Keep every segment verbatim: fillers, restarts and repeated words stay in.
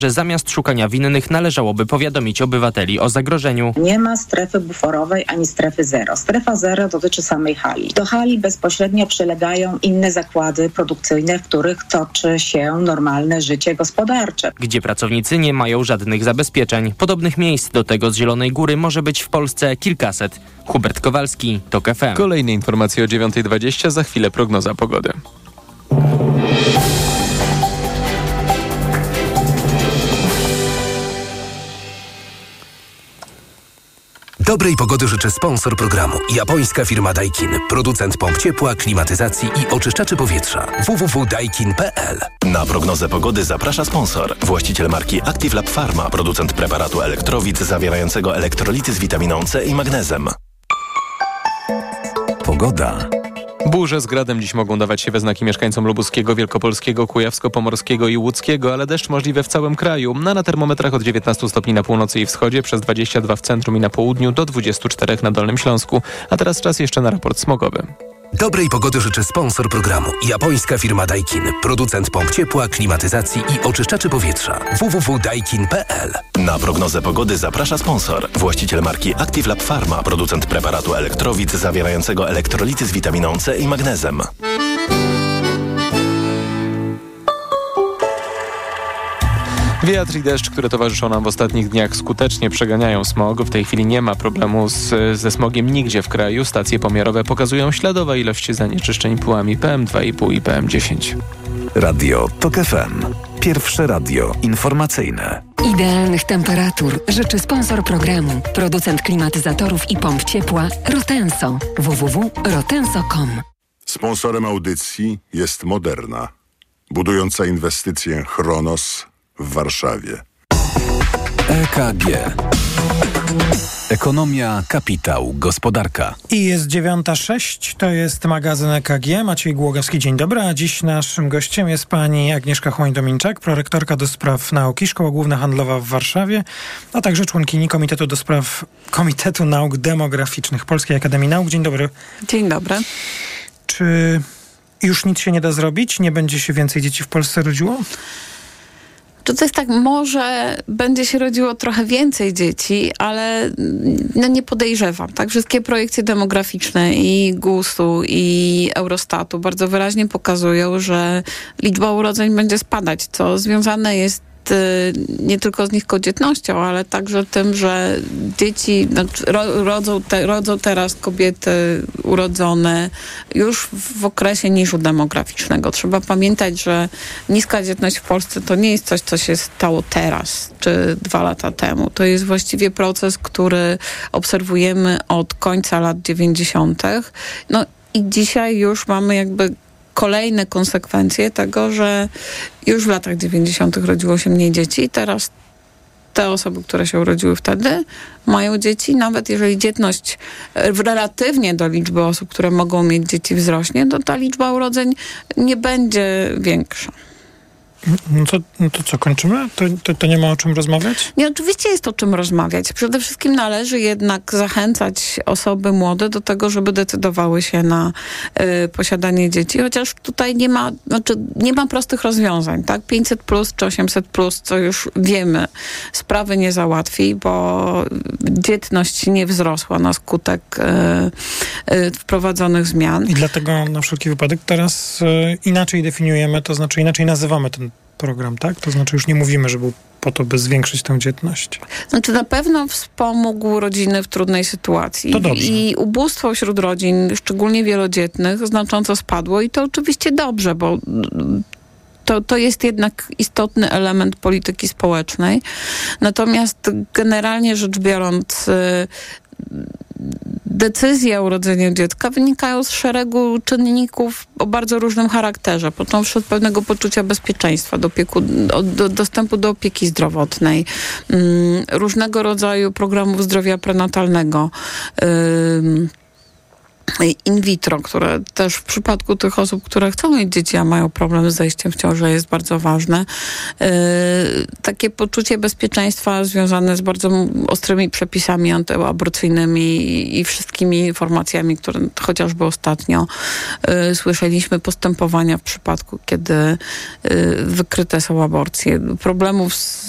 że zamiast szukania winnych należałoby powiadomić obywateli o zagrożeniu. Nie ma strefy buforowej ani strefy zero. Strefa zero dotyczy samej hali. Do hali bezpośrednio przylegają inne zakłady produkcyjne, w których toczy się normalne życie gospodarcze. Gdzie pracownicy nie mają żadnych zabezpieczeń. Podobnych miejsc do tego z Zielonej Góry może być w Polsce kilkaset. Hubert Kowalski, TOK F M. Kolejne informacje o dziewiąta dwadzieścia, za chwilę prognoza pogody. Dobrej pogody życzę sponsor programu. Japońska firma Daikin. Producent pomp ciepła, klimatyzacji i oczyszczaczy powietrza. w w w kropka daikin kropka p l. Na prognozę pogody zaprasza sponsor. Właściciel marki Active Lab Pharma. Producent preparatu Elektrowid zawierającego elektrolity z witaminą C i magnezem. Pogoda. Burze z gradem dziś mogą dawać się we znaki mieszkańcom lubuskiego, wielkopolskiego, kujawsko-pomorskiego i łódzkiego, ale deszcz możliwy w całym kraju. Na, na termometrach od dziewiętnastu stopni na północy i wschodzie, przez dwadzieścia dwa w centrum i na południu, do dwudziestu czterech na Dolnym Śląsku. A teraz czas jeszcze na raport smogowy. Dobrej pogody życzy sponsor programu. Japońska firma Daikin. Producent pomp ciepła, klimatyzacji i oczyszczaczy powietrza. w w w kropka daikin kropka p l. Na prognozę pogody zaprasza sponsor. Właściciel marki Active Lab Pharma. Producent preparatu Elektrowid zawierającego elektrolity z witaminą C i magnezem. Wiatr i deszcz, które towarzyszą nam w ostatnich dniach, skutecznie przeganiają smog. W tej chwili nie ma problemu z, ze smogiem nigdzie w kraju. Stacje pomiarowe pokazują śladowe ilości zanieczyszczeń pyłami P M dwa i pół i P M dziesięć. Radio TOK F M. Pierwsze radio informacyjne. Idealnych temperatur życzy sponsor programu. Producent klimatyzatorów i pomp ciepła Rotenso. w w w kropka rotenso kropka com. Sponsorem audycji jest Moderna, budująca inwestycję Chronos w Warszawie. E K G. Ekonomia, kapitał, gospodarka. I jest dziewiąta sześć, to jest magazyn E K G. Maciej Głogowski, dzień dobry. A dziś naszym gościem jest pani Agnieszka Chłoń-Dominczak, prorektorka do spraw nauki, Szkoła Główna Handlowa w Warszawie, a także członkini Komitetu do spraw Komitetu Nauk Demograficznych Polskiej Akademii Nauk. Dzień dobry. Dzień dobry. Czy już nic się nie da zrobić? Nie będzie się więcej dzieci w Polsce rodziło? Czy to jest tak, może będzie się rodziło trochę więcej dzieci, ale no nie podejrzewam. Tak, wszystkie projekcje demograficzne i gustu, i Eurostatu bardzo wyraźnie pokazują, że liczba urodzeń będzie spadać, co związane jest nie tylko z niską dzietnością, ale także tym, że dzieci znaczy, ro, rodzą, te, rodzą teraz kobiety urodzone już w okresie niżu demograficznego. Trzeba pamiętać, że niska dzietność w Polsce to nie jest coś, co się stało teraz, czy dwa lata temu. To jest właściwie proces, który obserwujemy od końca lat dziewięćdziesiątych. No i dzisiaj już mamy jakby kolejne konsekwencje tego, że już w latach dziewięćdziesiątych rodziło się mniej dzieci i teraz te osoby, które się urodziły wtedy, mają dzieci. Nawet jeżeli dzietność relatywnie do liczby osób, które mogą mieć dzieci, wzrośnie, to ta liczba urodzeń nie będzie większa. No to, no to co, kończymy? To, to, to nie ma o czym rozmawiać? Nie, oczywiście jest o czym rozmawiać. Przede wszystkim należy jednak zachęcać osoby młode do tego, żeby decydowały się na y, posiadanie dzieci, chociaż tutaj nie ma, znaczy nie ma prostych rozwiązań, tak? pięćset plus czy osiemset plus, co już wiemy, sprawy nie załatwi, bo dzietność nie wzrosła na skutek y, y, wprowadzonych zmian. I dlatego na wszelki wypadek teraz y, inaczej definiujemy, to znaczy inaczej nazywamy ten program, tak? To znaczy już nie mówimy, że był po to, by zwiększyć tę dzietność. Znaczy na pewno wspomógł rodziny w trudnej sytuacji. To dobrze. I ubóstwo wśród rodzin, szczególnie wielodzietnych, znacząco spadło i to oczywiście dobrze, bo to, to jest jednak istotny element polityki społecznej. Natomiast generalnie rzecz biorąc, decyzje o urodzeniu dziecka wynikają z szeregu czynników o bardzo różnym charakterze, począwszy od pewnego poczucia bezpieczeństwa, do, opieku, do dostępu do opieki zdrowotnej, um, różnego rodzaju programów zdrowia prenatalnego, um, in vitro, które też w przypadku tych osób, które chcą mieć dzieci, a mają problem z zajściem w ciążę, jest bardzo ważne. Yy, takie poczucie bezpieczeństwa związane z bardzo ostrymi przepisami antyaborcyjnymi i, i wszystkimi informacjami, które chociażby ostatnio yy, słyszeliśmy, postępowania w przypadku, kiedy yy, wykryte są aborcje. Problemów z,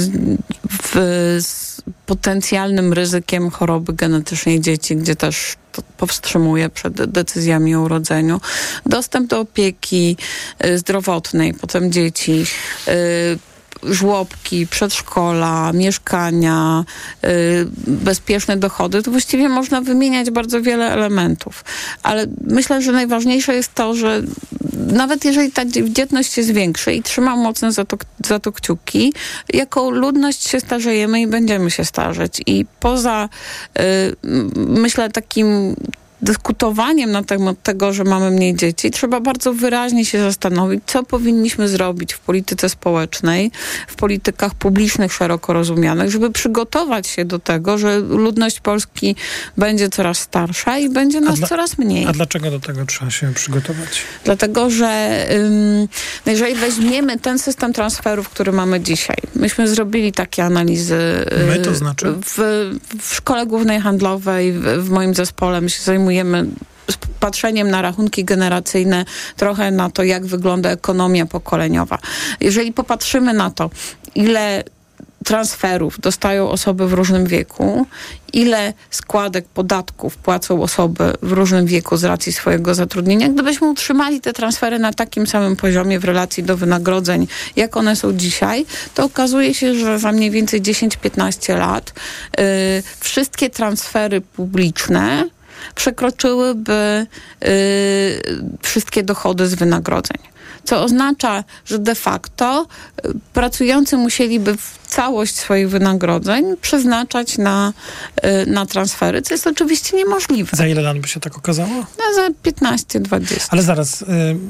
w, z potencjalnym ryzykiem choroby genetycznej dzieci, gdzie też to powstrzymuje przed decyzjami o urodzeniu. Dostęp do opieki y, zdrowotnej, potem dzieci, y, żłobki, przedszkola, mieszkania, y, bezpieczne dochody, to właściwie można wymieniać bardzo wiele elementów. Ale myślę, że najważniejsze jest to, że nawet jeżeli ta dzietność się zwiększy i trzymam mocno za to, za to kciuki, jako ludność się starzejemy i będziemy się starzeć. I poza, y, myślę, takim dyskutowaniem na temat tego, że mamy mniej dzieci, trzeba bardzo wyraźnie się zastanowić, co powinniśmy zrobić w polityce społecznej, w politykach publicznych szeroko rozumianych, żeby przygotować się do tego, że ludność Polski będzie coraz starsza i będzie nas dla, coraz mniej. A dlaczego do tego trzeba się przygotować? Dlatego, że ym, jeżeli weźmiemy ten system transferów, który mamy dzisiaj, myśmy zrobili takie analizy yy, My to znaczy? w, w Szkole Głównej Handlowej, w, w moim zespole, my się zajmujemy z patrzeniem na rachunki generacyjne, trochę na to, jak wygląda ekonomia pokoleniowa. Jeżeli popatrzymy na to, ile transferów dostają osoby w różnym wieku, ile składek podatków płacą osoby w różnym wieku z racji swojego zatrudnienia. Gdybyśmy utrzymali te transfery na takim samym poziomie w relacji do wynagrodzeń, jak one są dzisiaj, to okazuje się, że za mniej więcej dziesięć do piętnastu lat yy, wszystkie transfery publiczne przekroczyłyby yy, wszystkie dochody z wynagrodzeń. Co oznacza, że de facto y, pracujący musieliby całość swoich wynagrodzeń przeznaczać na, y, na transfery, co jest oczywiście niemożliwe. Za ile lat by się tak okazało? No, za piętnaście do dwudziestu. Ale zaraz... Y-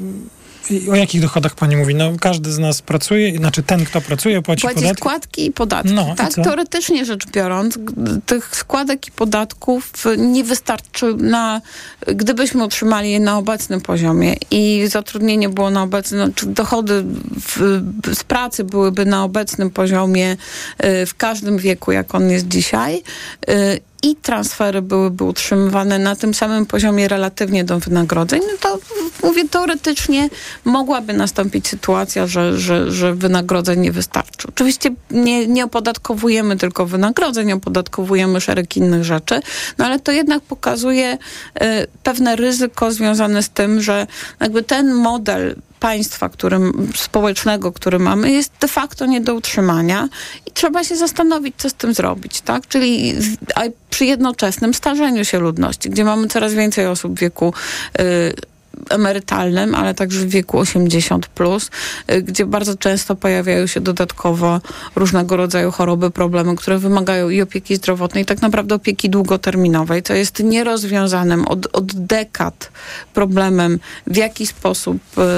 O jakich dochodach pani mówi? No każdy z nas pracuje, znaczy ten, kto pracuje, płaci, płaci podatki. składki i podatki. No, tak? i Teoretycznie rzecz biorąc, tych składek i podatków nie wystarczy na, gdybyśmy utrzymali je na obecnym poziomie i zatrudnienie było na obecnym, czy dochody w, z pracy byłyby na obecnym poziomie y, w każdym wieku, jak on jest dzisiaj, y, i transfery byłyby utrzymywane na tym samym poziomie relatywnie do wynagrodzeń, no to mówię, teoretycznie mogłaby nastąpić sytuacja, że, że, że wynagrodzeń nie wystarczy. Oczywiście nie, nie opodatkowujemy tylko wynagrodzeń, opodatkowujemy szereg innych rzeczy, no ale to jednak pokazuje y, pewne ryzyko związane z tym, że jakby ten model państwa, którym, społecznego, który mamy, jest de facto nie do utrzymania i trzeba się zastanowić, co z tym zrobić, tak? Czyli a przy jednoczesnym starzeniu się ludności, gdzie mamy coraz więcej osób w wieku y, emerytalnym, ale także w wieku osiemdziesiąt plus, gdzie bardzo często pojawiają się dodatkowo różnego rodzaju choroby, problemy, które wymagają i opieki zdrowotnej, tak naprawdę opieki długoterminowej, co jest nierozwiązanym od, od dekad problemem, w jaki sposób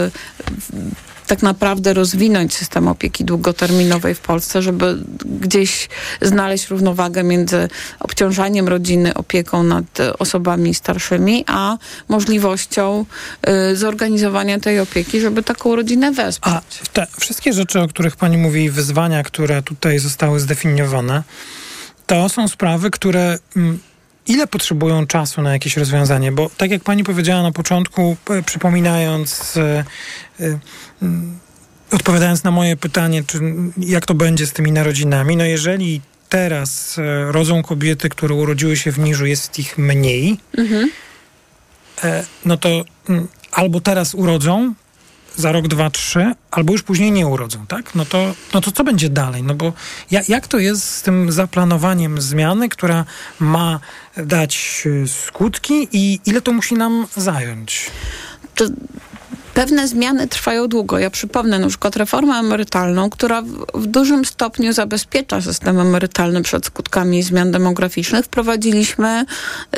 y, tak naprawdę rozwinąć system opieki długoterminowej w Polsce, żeby gdzieś znaleźć równowagę między obciążaniem rodziny, opieką nad osobami starszymi, a możliwością y, zorganizowania tej opieki, żeby taką rodzinę wesprzeć. A te wszystkie rzeczy, o których pani mówi, wyzwania, które tutaj zostały zdefiniowane, to są sprawy, które... Mm, ile potrzebują czasu na jakieś rozwiązanie? Bo tak jak pani powiedziała na początku, przypominając, y, y, y, odpowiadając na moje pytanie, czy jak to będzie z tymi narodzinami, no jeżeli teraz y, rodzą kobiety, które urodziły się w Niżu, jest ich mniej, mhm. y, no to y, albo teraz urodzą, za rok, dwa, trzy, albo już później nie urodzą, tak? No to, no to co będzie dalej? No bo ja, jak to jest z tym zaplanowaniem zmiany, która ma dać skutki i ile to musi nam zająć? Czy pewne zmiany trwają długo. Ja przypomnę na przykład reformę emerytalną, która w, w dużym stopniu zabezpiecza system emerytalny przed skutkami zmian demograficznych. Wprowadziliśmy yy,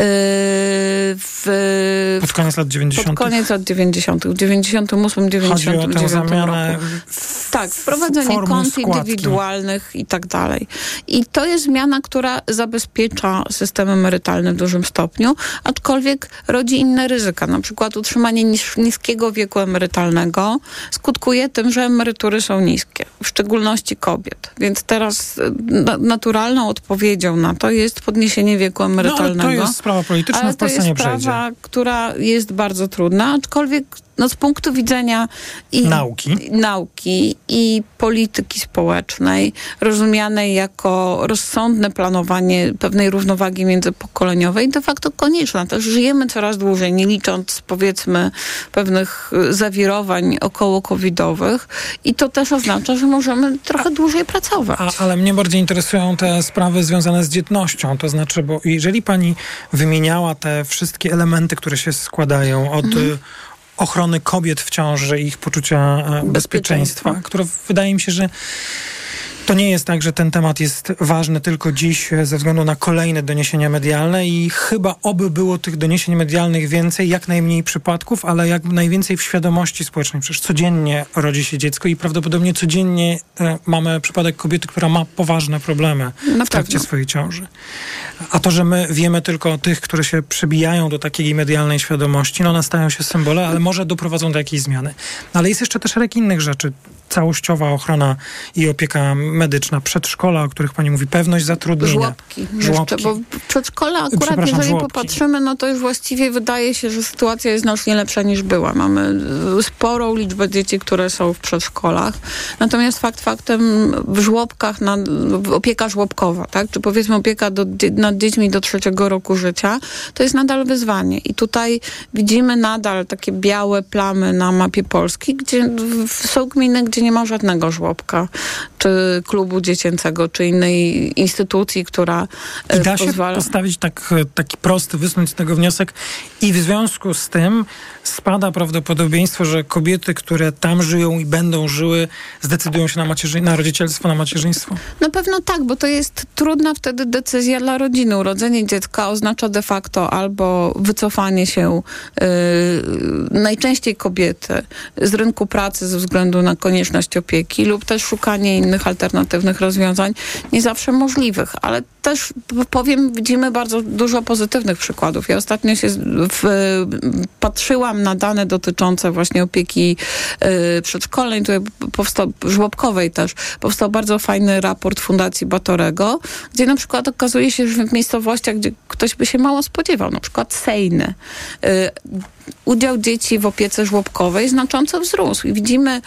w... Pod koniec lat dziewięćdziesiątych. Pod koniec lat dziewięćdziesiątych. W dziewięćdziesiątym ósmym dziewięćdziesiątym dziewiątym roku. W, tak, wprowadzenie kont składki. indywidualnych i tak dalej. I to jest zmiana, która zabezpiecza system emerytalny w dużym stopniu, aczkolwiek rodzi inne ryzyka. Na przykład utrzymanie nis- niskiego wieku emerytalnego skutkuje tym, że emerytury są niskie, w szczególności kobiet. Więc teraz na- naturalną odpowiedzią na to jest podniesienie wieku emerytalnego. No, ale to jest sprawa polityczna, ale w Polsce nie przejdzie. to jest sprawa, która jest bardzo trudna, aczkolwiek no, z punktu widzenia i nauki. nauki i polityki społecznej, rozumianej jako rozsądne planowanie pewnej równowagi międzypokoleniowej, de facto konieczna. Też żyjemy coraz dłużej, nie licząc powiedzmy pewnych zawirowań około covidowych i to też oznacza, że możemy trochę dłużej pracować. A, ale mnie bardziej interesują te sprawy związane z dzietnością. To znaczy, bo jeżeli pani wymieniała te wszystkie elementy, które się składają od mhm. ochrony kobiet w ciąży i ich poczucia bezpieczeństwa, bezpieczeństwa, które wydaje mi się, że to nie jest tak, że ten temat jest ważny tylko dziś ze względu na kolejne doniesienia medialne i chyba oby było tych doniesień medialnych więcej, jak najmniej przypadków, ale jak najwięcej w świadomości społecznej. Przecież codziennie rodzi się dziecko i prawdopodobnie codziennie e, mamy przypadek kobiety, która ma poważne problemy Na w trakcie pewno. swojej ciąży. A to, że my wiemy tylko o tych, które się przebijają do takiej medialnej świadomości, no one stają się symbole, ale może doprowadzą do jakiejś zmiany. No, ale jest jeszcze też szereg innych rzeczy. Całościowa ochrona i opieka medyczna, przedszkola, o których pani mówi, pewność zatrudnienia. Żłobki. Żłobki. Jeszcze, bo przedszkola akurat, jeżeli żłobki. popatrzymy, no to już właściwie wydaje się, że sytuacja jest znacznie lepsza niż była. Mamy sporą liczbę dzieci, które są w przedszkolach. Natomiast fakt faktem w żłobkach, na, opieka żłobkowa, tak? Czy powiedzmy opieka do, nad dziećmi do trzeciego roku życia, to jest nadal wyzwanie. I tutaj widzimy nadal takie białe plamy na mapie Polski, gdzie są gminy, gdzie nie ma żadnego żłobka, czy klubu dziecięcego, czy innej instytucji, która I da pozwala... się postawić tak, taki prosty, wysunąć z tego wniosek i w związku z tym spada prawdopodobieństwo, że kobiety, które tam żyją i będą żyły, zdecydują się na, macierzy- na rodzicielstwo, na macierzyństwo? Na pewno tak, bo to jest trudna wtedy decyzja dla rodziny. Urodzenie dziecka oznacza de facto albo wycofanie się yy, najczęściej kobiety z rynku pracy ze względu na konieczność opieki lub też szukanie innych alternatywnych rozwiązań, nie zawsze możliwych, ale też powiem, widzimy bardzo dużo pozytywnych przykładów. Ja ostatnio się w, patrzyłam na dane dotyczące właśnie opieki y, przedszkolnej, tutaj powstał, żłobkowej też, powstał bardzo fajny raport Fundacji Batorego, gdzie na przykład okazuje się, że w miejscowościach, gdzie ktoś by się mało spodziewał, na przykład Sejny, y, udział dzieci w opiece żłobkowej znacząco wzrósł. I widzimy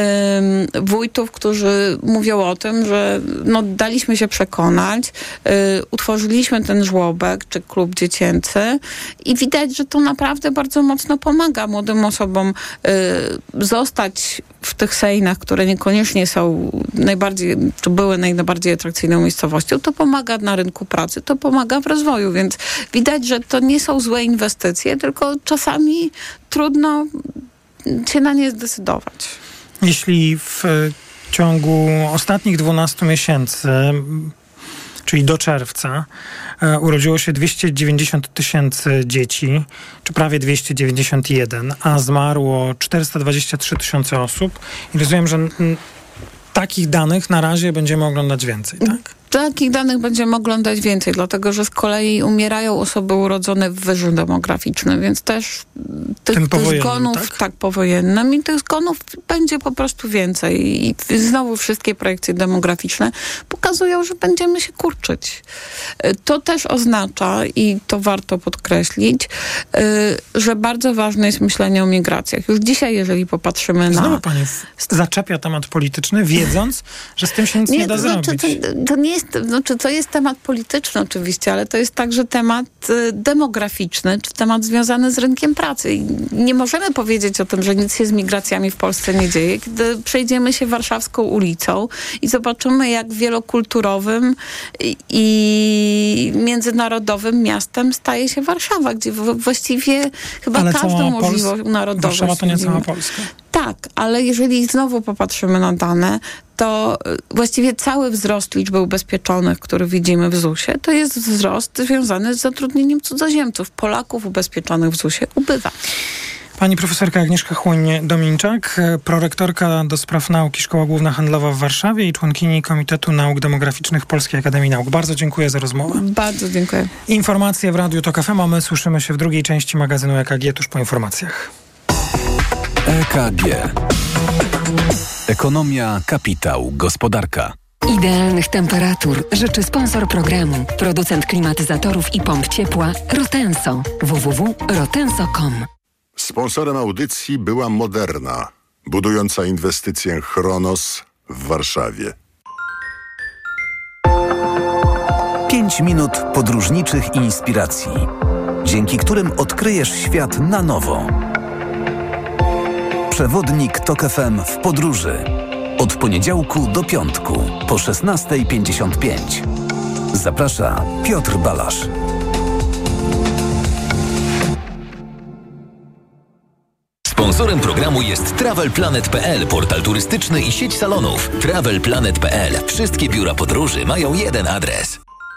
y, wójtów, którzy mówią o tym, że no, daliśmy się przekonać, y, utworzyliśmy ten żłobek, czy klub dziecięcy i widać, że to naprawdę bardzo mocno pomaga młodym osobom y, zostać w tych sejnach, które niekoniecznie są najbardziej, czy były najbardziej atrakcyjną miejscowością. To pomaga na rynku pracy, to pomaga w rozwoju, więc widać, że to nie są złe inwestycje, tylko czasami trudno się na nie zdecydować. Jeśli w ciągu ostatnich dwunastu miesięcy, czyli do czerwca, urodziło się dwieście dziewięćdziesiąt tysięcy dzieci, czy prawie dwieście dziewięćdziesiąt jeden, a zmarło czterysta dwadzieścia trzy tysiące osób. I rozumiem, że takich danych na razie będziemy oglądać więcej, tak? Takich danych będziemy oglądać więcej, dlatego że z kolei umierają osoby urodzone w wyżu demograficznym, więc też tych, tych zgonów, tak? tak, powojennym i tych zgonów będzie po prostu więcej. I znowu wszystkie projekcje demograficzne pokazują, że będziemy się kurczyć. To też oznacza, i to warto podkreślić, że bardzo ważne jest myślenie o migracjach. Już dzisiaj, jeżeli popatrzymy na... Znowu pani zaczepia temat polityczny, wiedząc, że z tym się nic nie, nie da to znaczy, zrobić. To, to nie jest jest, znaczy to jest temat polityczny oczywiście, ale to jest także temat y, demograficzny, czy temat związany z rynkiem pracy. I nie możemy powiedzieć o tym, że nic się z migracjami w Polsce nie dzieje, gdy przejdziemy się warszawską ulicą i zobaczymy, jak wielokulturowym i, i międzynarodowym miastem staje się Warszawa, gdzie w, właściwie chyba ale każdą możliwość narodową. Warszawa to nie cała Polska. Tak, ale jeżeli znowu popatrzymy na dane, to właściwie cały wzrost liczby ubezpieczonych, który widzimy w zusie, to jest wzrost związany z zatrudnieniem cudzoziemców. Polaków ubezpieczonych w zusie ubywa. Pani profesorka Agnieszka Chłoń-Dominczak, prorektorka do spraw nauki Szkoła Główna Handlowa w Warszawie i członkini Komitetu Nauk Demograficznych Polskiej Akademii Nauk. Bardzo dziękuję za rozmowę. Bardzo dziękuję. Informacje w Radiu Tok F M, a my słyszymy się w drugiej części magazynu E K G tuż po informacjach. E K G. Ekonomia, kapitał, gospodarka. Idealnych temperatur życzy sponsor programu, producent klimatyzatorów i pomp ciepła Rotenso. w w w kropka rotenso kropka com. Sponsorem audycji była Moderna, budująca inwestycję Chronos w Warszawie. Pięć minut podróżniczych inspiracji, dzięki którym odkryjesz świat na nowo. Przewodnik Tok F M w podróży. Od poniedziałku do piątku po szesnasta pięćdziesiąt pięć. Zaprasza Piotr Balasz. Sponsorem programu jest Travel Planet kropka p l, portal turystyczny i sieć salonów. Travel Planet kropka p l. Wszystkie biura podróży mają jeden adres.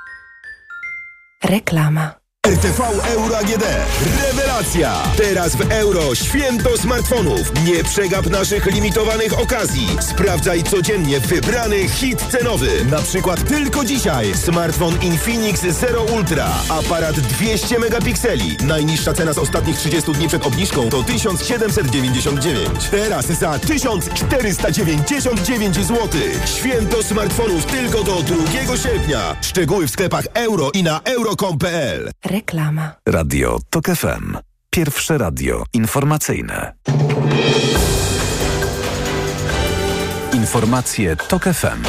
Reklama. R T V Euro A G D. Rewelacja! Teraz w Euro święto smartfonów. Nie przegap naszych limitowanych okazji. Sprawdzaj codziennie wybrany hit cenowy. Na przykład tylko dzisiaj smartfon Infinix Zero Ultra. Aparat dwieście megapikseli. Najniższa cena z ostatnich trzydziestu dni przed obniżką to tysiąc siedemset dziewięćdziesiąt dziewięć. Teraz za tysiąc czterysta dziewięćdziesiąt dziewięć złotych. Święto smartfonów tylko do drugiego sierpnia. Szczegóły w sklepach Euro i na euro kropka com kropka p l. Reklama. Radio Tok F M. Pierwsze radio informacyjne. Informacje Tok F M.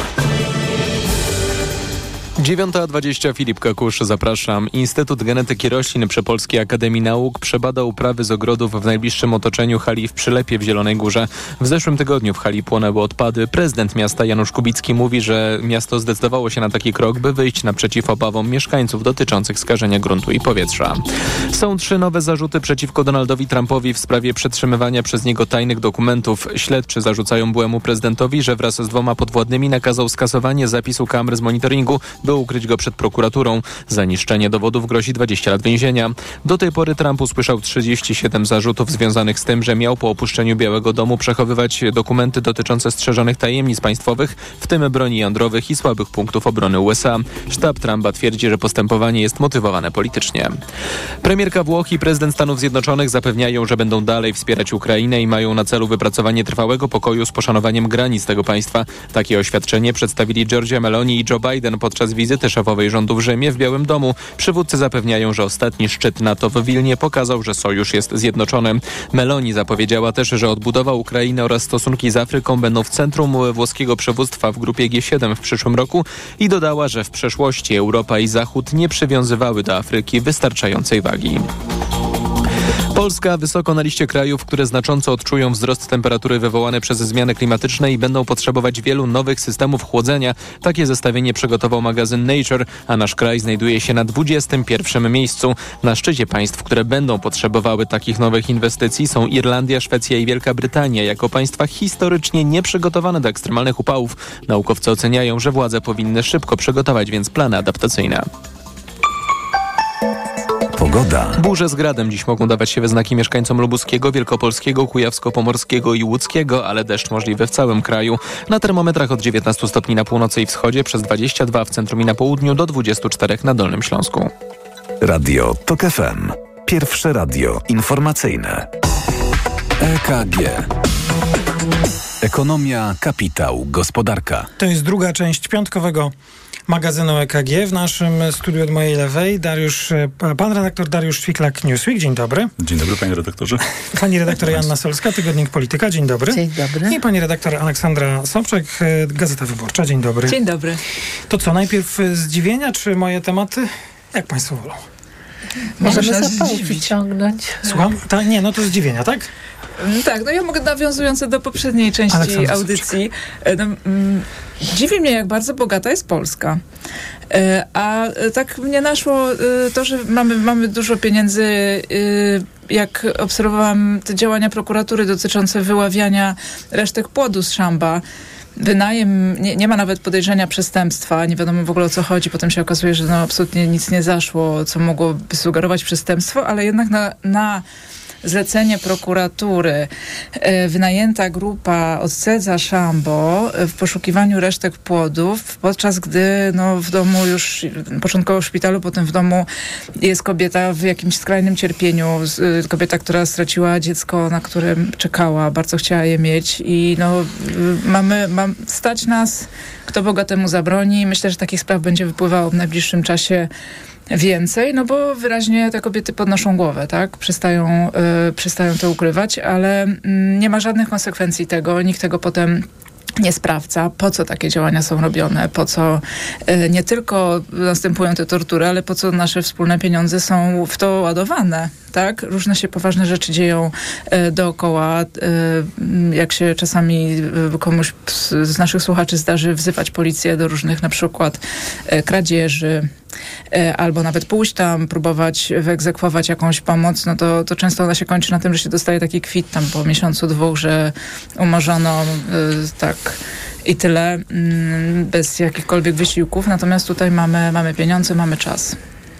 dziewiąta dwadzieścia, Filip Kakusz, zapraszam. Instytut Genetyki Roślin przy Polskiej Akademii Nauk przebada uprawy z ogrodów w najbliższym otoczeniu hali w Przylepie w Zielonej Górze. W zeszłym tygodniu w hali płonęły odpady. Prezydent miasta Janusz Kubicki mówi, że miasto zdecydowało się na taki krok, by wyjść naprzeciw obawom mieszkańców dotyczących skażenia gruntu i powietrza. Są trzy nowe zarzuty przeciwko Donaldowi Trumpowi w sprawie przetrzymywania przez niego tajnych dokumentów. Śledczy zarzucają byłemu prezydentowi, że wraz z dwoma podwładnymi nakazał skasowanie zapisu kamer z monitoringu, by ukryć go przed prokuraturą. Za niszczenie dowodów grozi dwadzieścia lat więzienia. Do tej pory Trump usłyszał trzydzieści siedem zarzutów związanych z tym, że miał po opuszczeniu Białego Domu przechowywać dokumenty dotyczące strzeżonych tajemnic państwowych, w tym broni jądrowych i słabych punktów obrony U S A. Sztab Trumpa twierdzi, że postępowanie jest motywowane politycznie. Premierka Włoch i prezydent Stanów Zjednoczonych zapewniają, że będą dalej wspierać Ukrainę i mają na celu wypracowanie trwałego pokoju z poszanowaniem granic tego państwa. Takie oświadczenie przedstawili Giorgia Meloni i Joe Biden podczas wizyty szefowej rządu w Rzymie w Białym Domu. Przywódcy zapewniają, że ostatni szczyt NATO w Wilnie pokazał, że sojusz jest zjednoczony. Meloni zapowiedziała też, że odbudowa Ukrainy oraz stosunki z Afryką będą w centrum włoskiego przywództwa w grupie G siedem w przyszłym roku i dodała, że w przeszłości Europa i Zachód nie przywiązywały do Afryki wystarczającej wagi. Polska wysoko na liście krajów, które znacząco odczują wzrost temperatury wywołany przez zmiany klimatyczne i będą potrzebować wielu nowych systemów chłodzenia. Takie zestawienie przygotował magazyn Nature, a nasz kraj znajduje się na dwudziestym pierwszym miejscu. Na szczycie państw, które będą potrzebowały takich nowych inwestycji są Irlandia, Szwecja i Wielka Brytania. Jako państwa historycznie nieprzygotowane do ekstremalnych upałów, naukowcy oceniają, że władze powinny szybko przygotować więc plany adaptacyjne. Pogoda. Burze z gradem dziś mogą dawać się we znaki mieszkańcom Lubuskiego, Wielkopolskiego, Kujawsko-Pomorskiego i Łódzkiego, ale deszcz możliwy w całym kraju. Na termometrach od dziewiętnastu stopni na północy i wschodzie, przez dwadzieścia dwa w centrum i na południu, do dwudziestu czterech na Dolnym Śląsku. Radio Tok F M. Pierwsze radio informacyjne. E K G. Ekonomia, kapitał, gospodarka. To jest druga część piątkowego magazynu E K G. W naszym studiu od mojej lewej Dariusz, pan redaktor Dariusz Ćwiklak, Newsweek. Dzień dobry. Dzień dobry, panie redaktorze. Pani redaktor Joanna Solska, Tygodnik Polityka. Dzień dobry. Dzień dobry. I pani redaktor Aleksandra Sobczak, Gazeta Wyborcza. Dzień dobry. Dzień dobry. To co, najpierw zdziwienia, czy moje tematy? Jak państwo wolą? Możemy zapałki wyciągnąć. Słucham? Ta, nie, no to zdziwienia, tak? Tak, no ja mogę nawiązując do poprzedniej części Aleksandra audycji. No, mm, dziwi mnie, jak bardzo bogata jest Polska. E, a tak mnie naszło e, to, że mamy, mamy dużo pieniędzy. E, jak obserwowałam te działania prokuratury dotyczące wyławiania resztek płodu z szamba, wynajem, nie, nie ma nawet podejrzenia przestępstwa, nie wiadomo w ogóle o co chodzi. Potem się okazuje, że no absolutnie nic nie zaszło, co mogłoby sugerować przestępstwo, ale jednak na, na zlecenie prokuratury e, wynajęta grupa odcedza szambo w poszukiwaniu resztek płodów, podczas gdy no, w domu już, początkowo w szpitalu, potem w domu jest kobieta w jakimś skrajnym cierpieniu, z, kobieta, która straciła dziecko, na którym czekała, bardzo chciała je mieć i no, mamy, mam, stać nas, kto Boga temu zabroni. Myślę, że takich spraw będzie wypływało w najbliższym czasie więcej, no bo wyraźnie te kobiety podnoszą głowę, tak? Przestają, yy, przestają to ukrywać, ale yy, nie ma żadnych konsekwencji tego, nikt tego potem nie sprawdza, po co takie działania są robione, po co y, nie tylko następują te tortury, ale po co nasze wspólne pieniądze są w to ładowane, tak? Różne się poważne rzeczy dzieją y, dookoła. Y, jak się czasami y, komuś z, z naszych słuchaczy zdarzy wzywać policję do różnych na przykład y, kradzieży, albo nawet pójść tam, próbować wyegzekwować jakąś pomoc, no to, to często ona się kończy na tym, że się dostaje taki kwit tam po miesiącu, dwóch, że umorzono y, tak i tyle, y, bez jakichkolwiek wysiłków. Natomiast tutaj mamy, mamy pieniądze, mamy czas.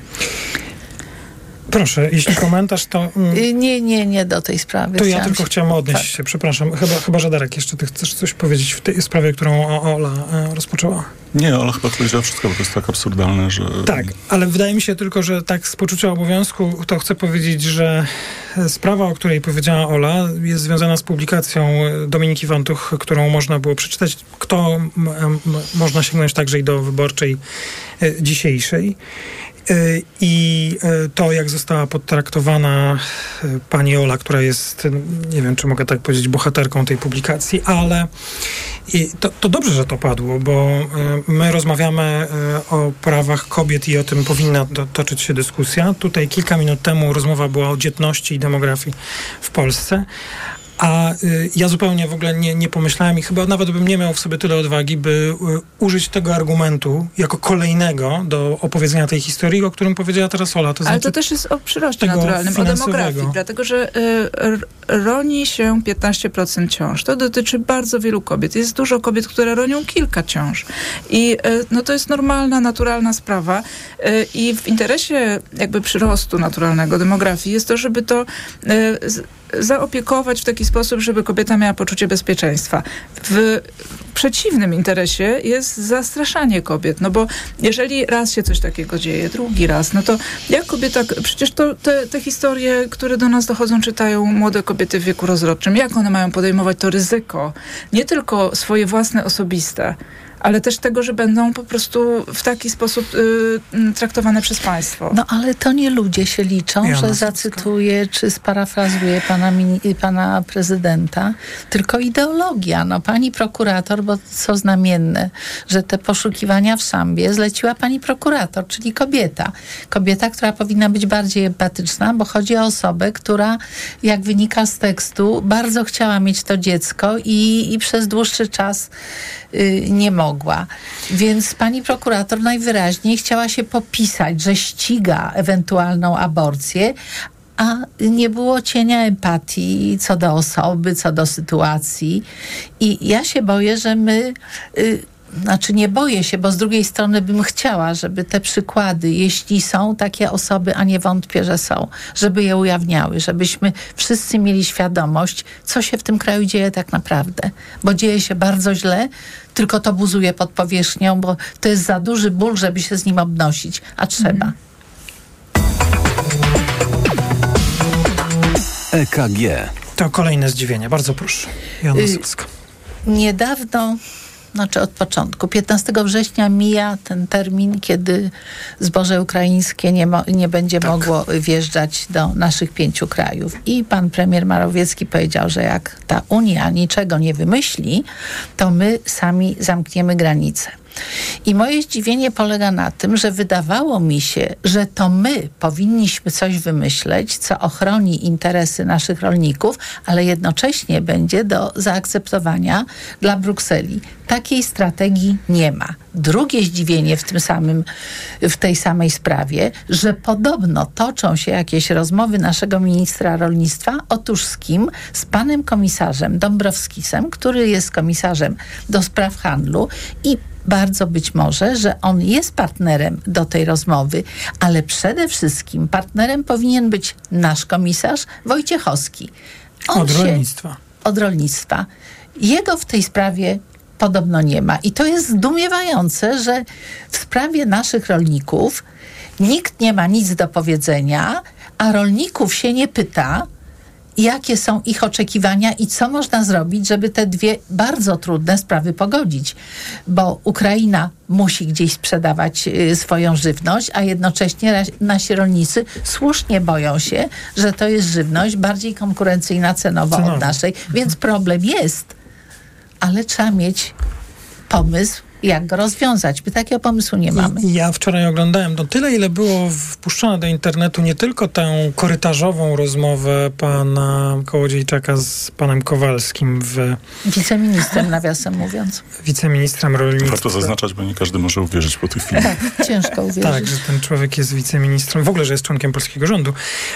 Proszę, jeśli komentarz, to... Mm, nie, nie, nie do tej sprawy. To ja tylko się... chciałem odnieść tak. się, przepraszam. Chyba, chyba, że Darek, jeszcze ty chcesz coś powiedzieć w tej sprawie, którą Ola e, rozpoczęła. Nie, Ola chyba powiedziała wszystko, bo to jest tak absurdalne, że... Tak, ale wydaje mi się tylko, że tak z poczucia obowiązku to chcę powiedzieć, że sprawa, o której powiedziała Ola, jest związana z publikacją Dominiki Wantuch, którą można było przeczytać. Kto m, m, można sięgnąć także i do Wyborczej e, dzisiejszej. I to, jak została potraktowana pani Ola, która jest, nie wiem, czy mogę tak powiedzieć, bohaterką tej publikacji, ale to, to dobrze, że to padło, bo my rozmawiamy o prawach kobiet i o tym powinna toczyć się dyskusja. Tutaj kilka minut temu rozmowa była o dzietności i demografii w Polsce. A y, ja zupełnie w ogóle nie, nie pomyślałem i chyba nawet bym nie miał w sobie tyle odwagi, by y, użyć tego argumentu jako kolejnego do opowiedzenia tej historii, o którym powiedziała teraz Ola. To Ale znaczy to też jest o przyroście naturalnym, o demografii, dlatego że y, r, roni się piętnaście procent ciąż. To dotyczy bardzo wielu kobiet. Jest dużo kobiet, które ronią kilka ciąż. I y, no to jest normalna, naturalna sprawa. Y, I w interesie jakby przyrostu naturalnego, demografii jest to, żeby to y, z, zaopiekować w taki sposób, żeby kobieta miała poczucie bezpieczeństwa. W przeciwnym interesie jest zastraszanie kobiet, no bo jeżeli raz się coś takiego dzieje, drugi raz, no to jak kobieta, przecież to te, te historie, które do nas dochodzą, czytają młode kobiety w wieku rozrodczym, jak one mają podejmować to ryzyko, nie tylko swoje własne, osobiste, ale też tego, że będą po prostu w taki sposób y, traktowane przez państwo. No ale to nie ludzie się liczą, ja że zacytuję czy sparafrazuję pana, mini, pana prezydenta, tylko ideologia. No pani prokurator, bo co znamienne, że te poszukiwania w szambie zleciła pani prokurator, czyli kobieta. Kobieta, która powinna być bardziej empatyczna, bo chodzi o osobę, która, jak wynika z tekstu, bardzo chciała mieć to dziecko i, i przez dłuższy czas y, nie mogła. Więc pani prokurator najwyraźniej chciała się popisać, że ściga ewentualną aborcję, a nie było cienia empatii co do osoby, co do sytuacji. I ja się boję, że my... Y, Znaczy nie boję się, bo z drugiej strony bym chciała, żeby te przykłady, jeśli są takie osoby, a nie wątpię, że są, żeby je ujawniały, żebyśmy wszyscy mieli świadomość, co się w tym kraju dzieje tak naprawdę. Bo dzieje się bardzo źle, tylko to buzuje pod powierzchnią, bo to jest za duży ból, żeby się z nim obnosić, a trzeba. E K G. To kolejne zdziwienie. Bardzo proszę. Joanna y- Sulska. Niedawno... Znaczy od początku. piętnastego września mija ten termin, kiedy zboże ukraińskie nie, mo- nie będzie tak. mogło wjeżdżać do naszych pięciu krajów. I pan premier Morawiecki powiedział, że jak ta Unia niczego nie wymyśli, to my sami zamkniemy granice. I moje zdziwienie polega na tym, że wydawało mi się, że to my powinniśmy coś wymyśleć, co ochroni interesy naszych rolników, ale jednocześnie będzie do zaakceptowania dla Brukseli. Takiej strategii nie ma. Drugie zdziwienie w tym samym, w tej samej sprawie, że podobno toczą się jakieś rozmowy naszego ministra rolnictwa. Otóż z kim? Z panem komisarzem Dąbrowskisem, który jest komisarzem do spraw handlu i bardzo być może, że on jest partnerem do tej rozmowy, ale przede wszystkim partnerem powinien być nasz komisarz Wojciechowski. On od się, rolnictwa. Od rolnictwa. Jego w tej sprawie podobno nie ma. I to jest zdumiewające, że w sprawie naszych rolników nikt nie ma nic do powiedzenia, a rolników się nie pyta, jakie są ich oczekiwania i co można zrobić, żeby te dwie bardzo trudne sprawy pogodzić. Bo Ukraina musi gdzieś sprzedawać y, swoją żywność, a jednocześnie ra- nasi rolnicy słusznie boją się, że to jest żywność bardziej konkurencyjna cenowo Cenowo. od naszej. Więc problem jest, ale trzeba mieć pomysł, jak go rozwiązać. My takiego pomysłu nie mamy. I ja wczoraj oglądałem to tyle, ile było wpuszczone do internetu nie tylko tę korytarzową rozmowę pana Kołodziejczaka z panem Kowalskim, w Wiceministrem, nawiasem mówiąc. wiceministrem rolnictwa. Warto zaznaczać, bo nie każdy może uwierzyć po tych filmach. Tak, ciężko uwierzyć. Tak, że ten człowiek jest wiceministrem, w ogóle, że jest członkiem polskiego rządu.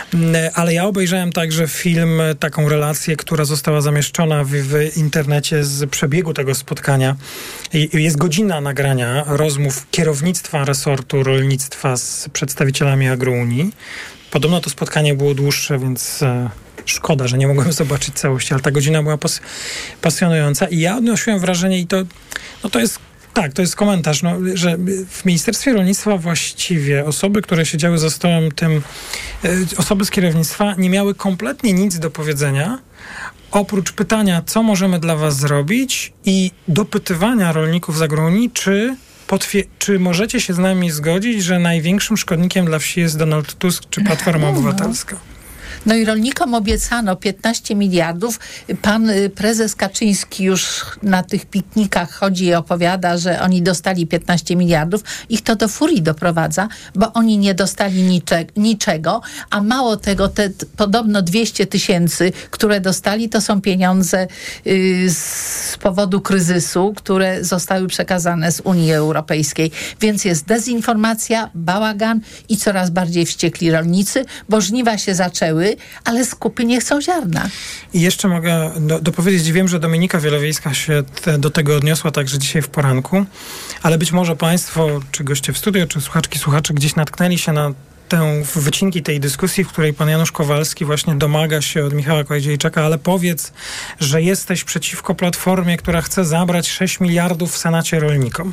Ale ja obejrzałem także film, taką relację, która została zamieszczona w, w internecie z przebiegu tego spotkania. I jest godzina nagrania rozmów kierownictwa resortu rolnictwa z przedstawicielami Agrounii. Podobno to spotkanie było dłuższe, więc e, szkoda, że nie mogłem zobaczyć całości, ale ta godzina była pas- pasjonująca i ja odnosiłem wrażenie i to, no to jest tak, to jest komentarz, no, że w Ministerstwie Rolnictwa właściwie osoby, które siedziały za stołem tym, e, osoby z kierownictwa nie miały kompletnie nic do powiedzenia, oprócz pytania, co możemy dla was zrobić i dopytywania rolników z Agrounii, czy, potwie- czy możecie się z nami zgodzić, że największym szkodnikiem dla wsi jest Donald Tusk czy Platforma Obywatelska. No i rolnikom obiecano piętnaście miliardów. Pan y, prezes Kaczyński już na tych piknikach chodzi i opowiada, że oni dostali piętnaście miliardów. Ich to do furii doprowadza, bo oni nie dostali nicze- niczego, a mało tego, te t- podobno dwieście tysięcy, które dostali, to są pieniądze y, z powodu kryzysu, które zostały przekazane z Unii Europejskiej. Więc jest dezinformacja, bałagan i coraz bardziej wściekli rolnicy, bo żniwa się zaczęły, ale skupy nie chcą ziarna. I jeszcze mogę do, dopowiedzieć, wiem, że Dominika Wielowiejska się te, do tego odniosła także dzisiaj w poranku, ale być może państwo, czy goście w studio, czy słuchaczki, słuchacze gdzieś natknęli się na tę wycinki tej dyskusji, w której pan Janusz Kowalski właśnie domaga się od Michała Kołodziejczaka, ale powiedz, że jesteś przeciwko Platformie, która chce zabrać sześć miliardów w Senacie rolnikom.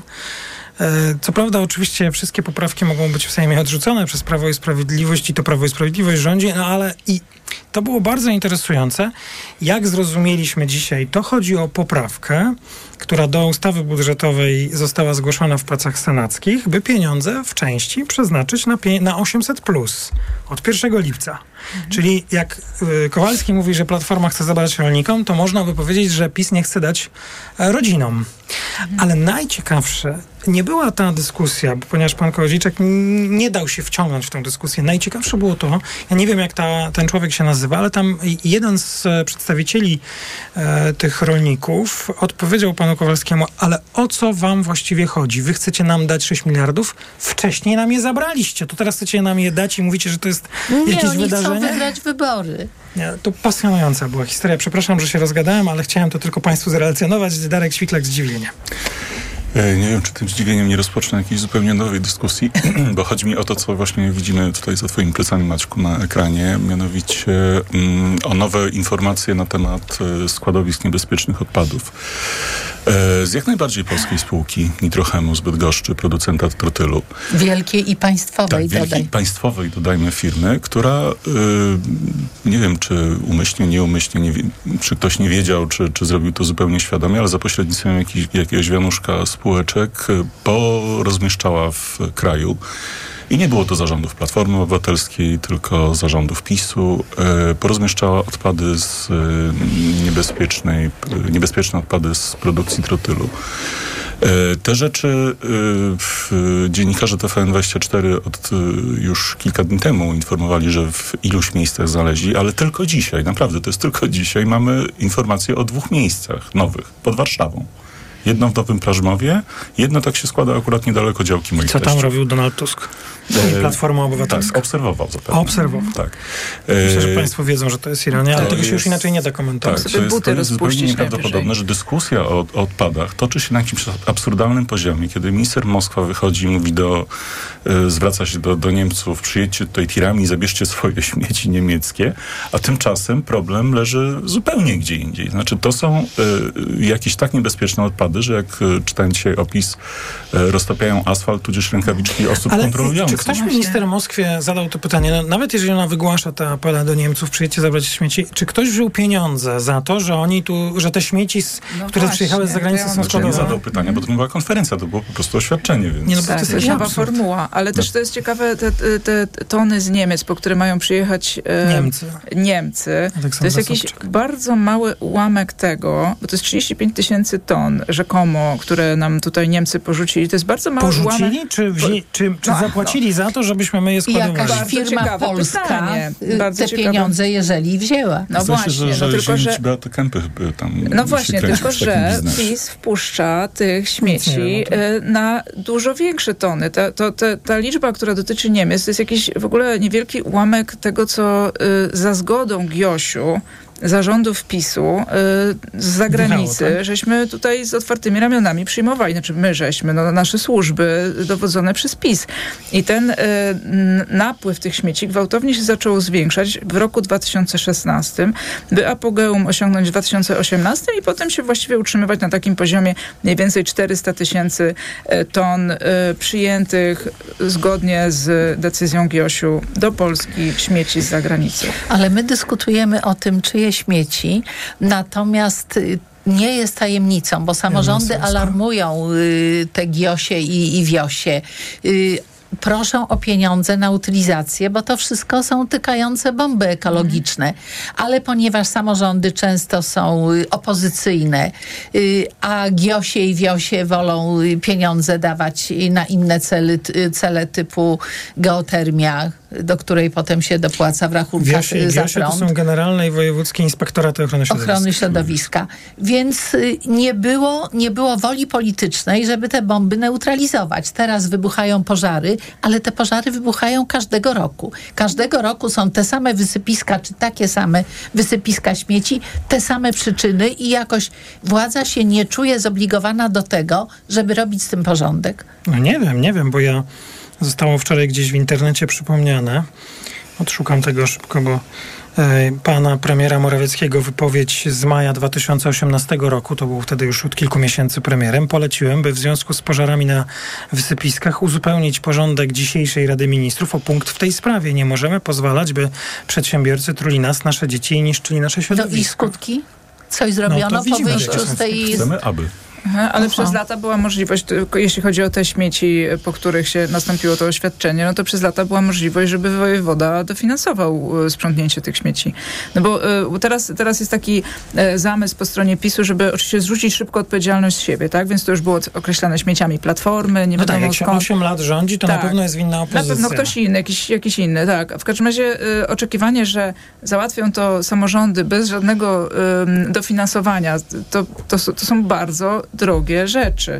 Co prawda oczywiście wszystkie poprawki mogą być w Sejmie odrzucone przez Prawo i Sprawiedliwość i to Prawo i Sprawiedliwość rządzi, no ale i to było bardzo interesujące. Jak zrozumieliśmy dzisiaj, to chodzi o poprawkę, która do ustawy budżetowej została zgłoszona w pracach senackich, by pieniądze w części przeznaczyć na, pie- na osiemset plus od pierwszego lipca. Mhm. Czyli jak y, Kowalski mówi, że Platforma chce zabrać rolnikom, to można by powiedzieć, że PiS nie chce dać e, rodzinom. Mhm. Ale najciekawsze, nie była ta dyskusja, ponieważ pan Kołodziejczak nie dał się wciągnąć w tę dyskusję. Najciekawsze było to, ja nie wiem jak ta, ten człowiek się nazywa, ale tam jeden z przedstawicieli e, tych rolników odpowiedział panu Kowalskiemu, ale o co wam właściwie chodzi? Wy chcecie nam dać sześć miliardów? Wcześniej nam je zabraliście. To teraz chcecie nam je dać i mówicie, że to jest nie, jakieś oni wydarzenie? chcą wygrać wybory. Nie, to pasjonująca była historia. Przepraszam, że się rozgadałem, ale chciałem to tylko państwu zrelacjonować. Darek Świklak, Zdziwienie. Nie wiem, czy tym zdziwieniem nie rozpocznę jakiejś zupełnie nowej dyskusji, bo chodzi mi o to, co właśnie widzimy tutaj za twoimi plecami, Maćku, na ekranie, mianowicie mm, o nowe informacje na temat e, składowisk niebezpiecznych odpadów. E, z jak najbardziej polskiej spółki Nitrochemu z Bydgoszczy, producenta trotylu. Wielkiej i państwowej, tak, dodaj. wielkiej państwowej, dodajmy, firmy, która e, nie wiem, czy umyślnie, nieumyślnie, nie, czy ktoś nie wiedział, czy, czy zrobił to zupełnie świadomie, ale za pośrednictwem jakiś, jakiegoś wianuszka spółeczek porozmieszczała w kraju. I nie było to zarządów Platformy Obywatelskiej, tylko zarządów PiSu. E, porozmieszczała odpady z e, niebezpiecznej, e, niebezpieczne odpady z produkcji trotylu. Te rzeczy dziennikarze T V N dwadzieścia cztery od już kilka dni temu informowali, że w iluś miejscach znaleźli, ale tylko dzisiaj, naprawdę to jest tylko dzisiaj, mamy informacje o dwóch miejscach nowych pod Warszawą. Jedno w Nowym Prażmowie, jedno tak się składa akurat niedaleko działki moich Co tam teściów. robił Donald Tusk? I Platforma Obywatelska. Tak, obserwował zapewne. Obserwował. Tak. Myślę, że państwo wiedzą, że to jest ironia, ale to tego się jest, już inaczej nie da komentować. Tak, to jest, to jest zupełnie nieprawdopodobne, że dyskusja o, o odpadach toczy się na jakimś absurdalnym poziomie, kiedy minister Moskwa wychodzi i mówi do, y, zwraca się do, do Niemców, przyjedźcie tutaj tirami i zabierzcie swoje śmieci niemieckie, a tymczasem problem leży zupełnie gdzie indziej. Znaczy to są y, jakieś tak niebezpieczne odpady, że jak y, czytałem dzisiaj opis, y, roztapiają asfalt, tudzież rękawiczki osób ale kontrolujących. Czy ktoś minister w Moskwie zadał to pytanie, no, nawet jeżeli ona wygłasza te apele do Niemców, przyjedźcie zabrać śmieci, czy ktoś wziął pieniądze za to, że oni tu, że te śmieci, z, no które właśnie, przyjechały z zagranicy są znaczy, składowane? nie zadał pytania, bo to nie była konferencja, to było po prostu oświadczenie. Więc... Nie, no bo tak, to jest nowa formuła, ale też to jest ciekawe, te, te, te tony z Niemiec, po które mają przyjechać e, Niemcy. Niemcy. To jest jakiś Sobczak. bardzo mały ułamek tego, bo to jest trzydzieści pięć tysięcy ton rzekomo, które nam tutaj Niemcy porzucili. To jest bardzo mały porzucili, ułamek. Czy, wzi- czy, czy no, zapłacili no. za to, żebyśmy my je składowali? Jakaś Bardzo firma polska pytanie. te pieniądze, jeżeli wzięła. No Zdaje właśnie, się, że, że no tylko, że... Beaty Kempy tam No właśnie, tylko, że PiS wpuszcza tych śmieci na dużo większe tony. Ta, to, ta, ta liczba, która dotyczy Niemiec, to jest jakiś w ogóle niewielki ułamek tego, co y, za zgodą Giosiu, zarządów PiSu y, z zagranicy, Wydało, tak? żeśmy tutaj z otwartymi ramionami przyjmowali. Znaczy my żeśmy, no, nasze służby dowodzone przez PiS. I ten y, napływ tych śmieci gwałtownie się zaczął zwiększać w roku dwa tysiące szesnastym, by apogeum osiągnąć w dwa tysiące osiemnastym i potem się właściwie utrzymywać na takim poziomie mniej więcej czterysta tysięcy ton y, przyjętych zgodnie z decyzją Giosiu do Polski śmieci z zagranicy. Ale my dyskutujemy o tym, czy śmieci, natomiast nie jest tajemnicą, bo samorządy alarmują y, te Giosie i, i Wiosie. Y, proszą o pieniądze na utylizację, bo to wszystko są tykające bomby ekologiczne. Ale ponieważ samorządy często są y, opozycyjne, y, a Giosie i Wiosie wolą y, pieniądze dawać na inne cele, y, cele typu geotermia, do której potem się dopłaca w rachunkach Wiosie i za Wiosie prąd. To są generalne i wojewódzkie inspektoraty ochrony środowiska. Ochrony środowiska. Więc y, nie było, nie było woli politycznej, żeby te bomby neutralizować. Teraz wybuchają pożary, ale te pożary wybuchają każdego roku. Każdego roku są te same wysypiska, czy takie same wysypiska śmieci, te same przyczyny i jakoś władza się nie czuje zobligowana do tego, żeby robić z tym porządek. No nie wiem, nie wiem, bo ja zostało wczoraj gdzieś w internecie przypomniane. Odszukam tego szybko, bo e, pana premiera Morawieckiego wypowiedź z maja dwa tysiące osiemnastego roku, to był wtedy już od kilku miesięcy premierem, poleciłem, by w związku z pożarami na wysypiskach uzupełnić porządek dzisiejszej Rady Ministrów o punkt w tej sprawie. Nie możemy pozwalać, by przedsiębiorcy truli nas, nasze dzieci i niszczyli nasze środowisko. No i skutki? Coś zrobiono no, po wyjściu z tej... Chcemy, aby. Aha, ale Aha. przez lata była możliwość, jeśli chodzi o te śmieci, po których się nastąpiło to oświadczenie, no to przez lata była możliwość, żeby wojewoda dofinansował sprzątnięcie tych śmieci. No bo y, teraz, teraz jest taki y, zamysł po stronie PiSu, żeby oczywiście zrzucić szybko odpowiedzialność z siebie, tak? Więc to już było określane śmieciami Platformy, nie no wiadomo tak, jak się skąd. osiem lat rządzi, to tak. na pewno jest winna opozycja. Na pewno ktoś inny, jakiś, jakiś inny, tak. W każdym razie y, oczekiwanie, że załatwią to samorządy bez żadnego y, dofinansowania, to, to, to są bardzo drogie rzeczy.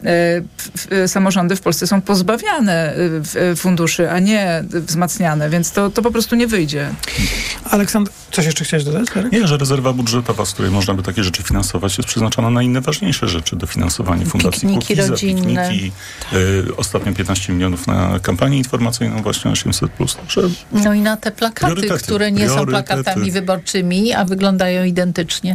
Samorządy w Polsce są pozbawiane funduszy, a nie wzmacniane, więc to, to po prostu nie wyjdzie. Aleksander, coś jeszcze chciałeś dodać? Darek? Nie, że rezerwa budżetowa, z której można by takie rzeczy finansować, jest przeznaczona na inne ważniejsze rzeczy. Dofinansowanie fundacji Pikniki Kukiza, rodzinne. pikniki, y, ostatnio piętnaście milionów na kampanię informacyjną właśnie osiemset plus. Także no i na te plakaty, które nie są plakatami wyborczymi, a wyglądają identycznie.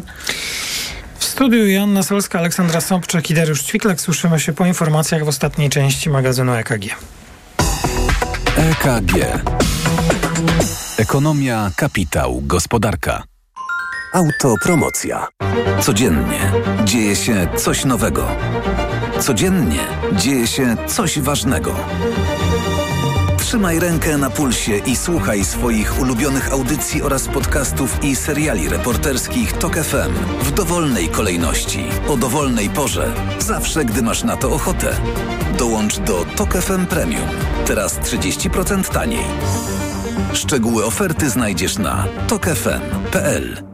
W studiu Joanna Solska, Aleksandra Sobczak i Dariusz Ćwiklak. Słyszymy się po informacjach w ostatniej części magazynu E K G. E K G. Ekonomia, kapitał, gospodarka. Autopromocja. Codziennie dzieje się coś nowego. Codziennie dzieje się coś ważnego. Trzymaj rękę na pulsie i słuchaj swoich ulubionych audycji oraz podcastów i seriali reporterskich Tok F M w dowolnej kolejności, o dowolnej porze, zawsze gdy masz na to ochotę. Dołącz do Tok F M Premium. Teraz trzydzieści procent taniej. Szczegóły oferty znajdziesz na tok f m kropka p l.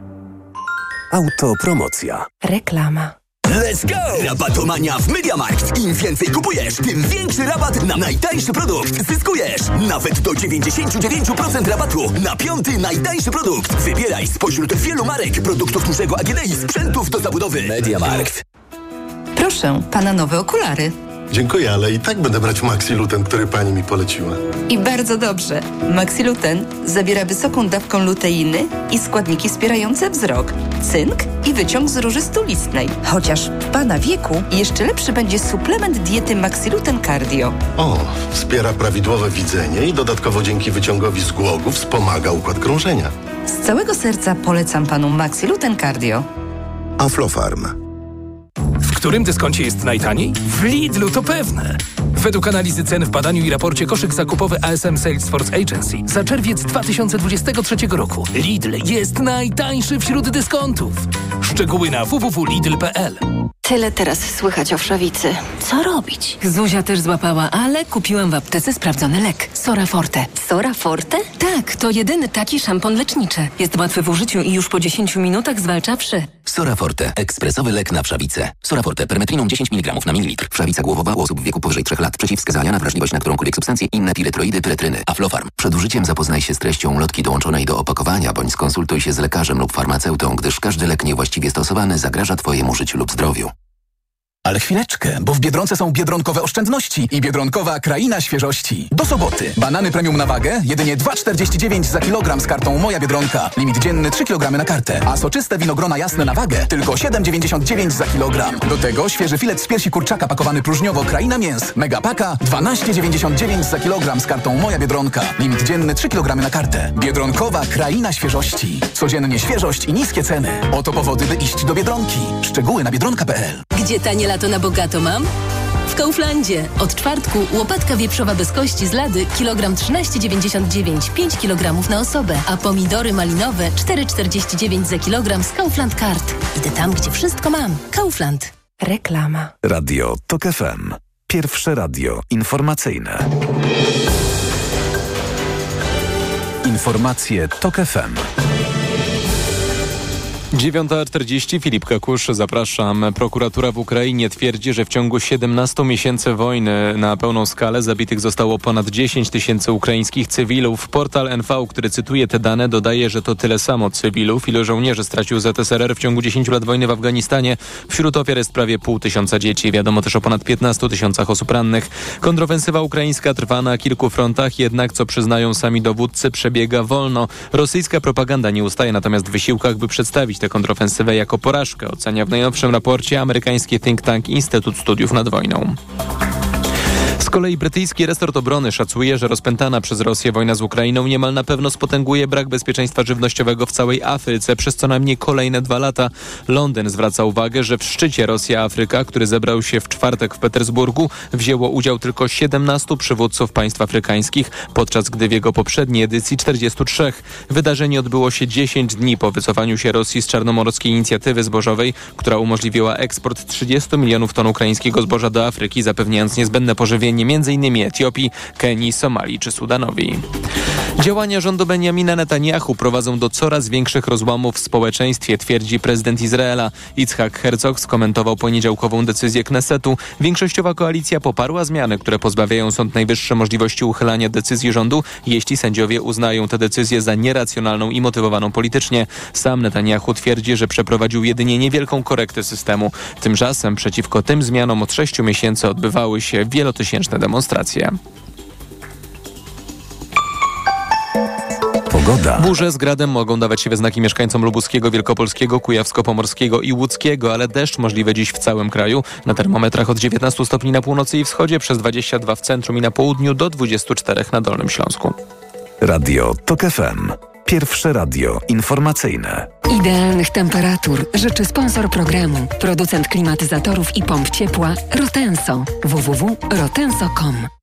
Autopromocja. Reklama. Let's go! Rabatomania w MediaMarkt. Im więcej kupujesz, tym większy rabat na najtańszy produkt zyskujesz. Nawet do dziewięćdziesiąt dziewięć procent rabatu na piąty najtańszy produkt. Wybieraj spośród wielu marek, produktów dużego A G D i sprzętów do zabudowy. MediaMarkt. Proszę, pana nowe okulary. Dziękuję, ale i tak będę brać Maxiluten, który pani mi poleciła. I bardzo dobrze. Maxiluten zawiera wysoką dawką luteiny i składniki wspierające wzrok, cynk i wyciąg z róży stulistnej. Chociaż w pana wieku jeszcze lepszy będzie suplement diety Maxiluten Cardio. O, wspiera prawidłowe widzenie i dodatkowo dzięki wyciągowi z głogów wspomaga układ krążenia. Z całego serca polecam panu Maxiluten Cardio. Aflofarm. W którym dyskoncie jest najtaniej? W Lidlu, to pewne. Według analizy cen w badaniu i raporcie koszyk zakupowy A S M Salesforce Agency za czerwiec dwa tysiące dwudziestego trzeciego roku Lidl jest najtańszy wśród dyskontów. Szczegóły na w w w kropka lidl kropka p l. Tyle teraz słychać o wszawicy. Co robić? Zuzia też złapała, ale kupiłam w aptece sprawdzony lek. Sora Forte. Sora Forte? Tak, to jedyny taki szampon leczniczy. Jest łatwy w użyciu i już po dziesięciu minutach zwalcza wszy. Sora Forte. Ekspresowy lek na wszawicę. Sora Forte. Permetriną dziesięć miligramów na mililitr. Wszawica głowowa u osób w wieku powyżej trzech lat. Przeciwwskazania na wrażliwość na którąkolwiek substancję. Inne piretroidy, pyretryny. Aflofarm. Przed użyciem zapoznaj się z treścią ulotki dołączonej do opakowania, bądź skonsultuj się z lekarzem lub farmaceutą, gdyż każdy lek niewłaściwie stosowany zagraża twojemu życiu lub zdrowiu. Ale chwileczkę, bo w Biedronce są biedronkowe oszczędności i biedronkowa kraina świeżości. Do soboty. Banany premium na wagę, jedynie dwa czterdzieści dziewięć za kilogram z kartą Moja Biedronka. Limit dzienny trzy kilogramy na kartę. A soczyste winogrona jasne na wagę, tylko siedem dziewięćdziesiąt dziewięć za kilogram. Do tego świeży filet z piersi kurczaka pakowany próżniowo Kraina Mięs. Megapaka dwanaście dziewięćdziesiąt dziewięć za kilogram z kartą Moja Biedronka. Limit dzienny trzy kilogramy na kartę. Biedronkowa kraina świeżości. Codziennie świeżość i niskie ceny. Oto powody, by iść do Biedronki. Szczegóły na biedronka kropka p l. Gdzie tanie lato na bogato mam? W Kauflandzie. Od czwartku łopatka wieprzowa bez kości z lady kilogram trzynaście dziewięćdziesiąt dziewięć, pięć kilogramów na osobę, a pomidory malinowe cztery czterdzieści dziewięć za kilogram z Kaufland Card. Idę tam, gdzie wszystko mam. Kaufland. Reklama. Radio Tok F M. Pierwsze radio informacyjne. Informacje Tok F M. dziewiąta czterdzieści, Filip Kakusz, zapraszam. Prokuratura w Ukrainie twierdzi, że w ciągu siedemnastu miesięcy wojny na pełną skalę zabitych zostało ponad dziesięć tysięcy ukraińskich cywilów. Portal N V, który cytuje te dane, dodaje, że to tyle samo cywilów, ile żołnierzy stracił Z S R R w ciągu dziesięciu lat wojny w Afganistanie. Wśród ofiar jest prawie pół tysiąca dzieci. Wiadomo też o ponad piętnastu tysiącach osób rannych. Kontrofensywa ukraińska trwa na kilku frontach, jednak, co przyznają sami dowódcy, przebiega wolno. Rosyjska propaganda nie ustaje natomiast w wysiłkach, by przedstawić tę kontrofensywę jako porażkę, ocenia w najnowszym raporcie amerykański think tank Instytut Studiów nad Wojną. Z kolei brytyjski resort obrony szacuje, że rozpętana przez Rosję wojna z Ukrainą niemal na pewno spotęguje brak bezpieczeństwa żywnościowego w całej Afryce przez co najmniej kolejne dwa lata. Londyn zwraca uwagę, że w szczycie Rosja-Afryka, który zebrał się w czwartek w Petersburgu, wzięło udział tylko siedemnastu przywódców państw afrykańskich, podczas gdy w jego poprzedniej edycji czterdziestu trzech. Wydarzenie odbyło się dziesięć dni po wycofaniu się Rosji z czarnomorskiej inicjatywy zbożowej, która umożliwiła eksport trzydziestu milionów ton ukraińskiego zboża do Afryki, zapewniając niezbędne pożywienie między innymi Etiopii, Kenii, Somalii czy Sudanowi. Działania rządu Benjamina Netanyahu prowadzą do coraz większych rozłamów w społeczeństwie, twierdzi prezydent Izraela. Yitzhak Herzog skomentował poniedziałkową decyzję Knesetu. Większościowa koalicja poparła zmiany, które pozbawiają Sąd Najwyższy możliwości uchylania decyzji rządu, jeśli sędziowie uznają tę decyzję za nieracjonalną i motywowaną politycznie. Sam Netanyahu twierdzi, że przeprowadził jedynie niewielką korektę systemu. Tymczasem przeciwko tym zmianom od sześciu miesięcy odbywały się wielotysięczne demonstracje. Pogoda. Burze z gradem mogą dawać się we znaki mieszkańcom lubuskiego, wielkopolskiego, kujawsko-pomorskiego i łódzkiego, ale deszcz możliwy dziś w całym kraju. Na termometrach od dziewiętnastu stopni na północy i wschodzie, przez dwadzieścia dwa w centrum i na południu, do dwudziestu czterech na Dolnym Śląsku. Radio Tok F M. Pierwsze radio informacyjne. Idealnych temperatur życzy sponsor programu, producent klimatyzatorów i pomp ciepła Rotenso. w w w kropka rotenso kropka com.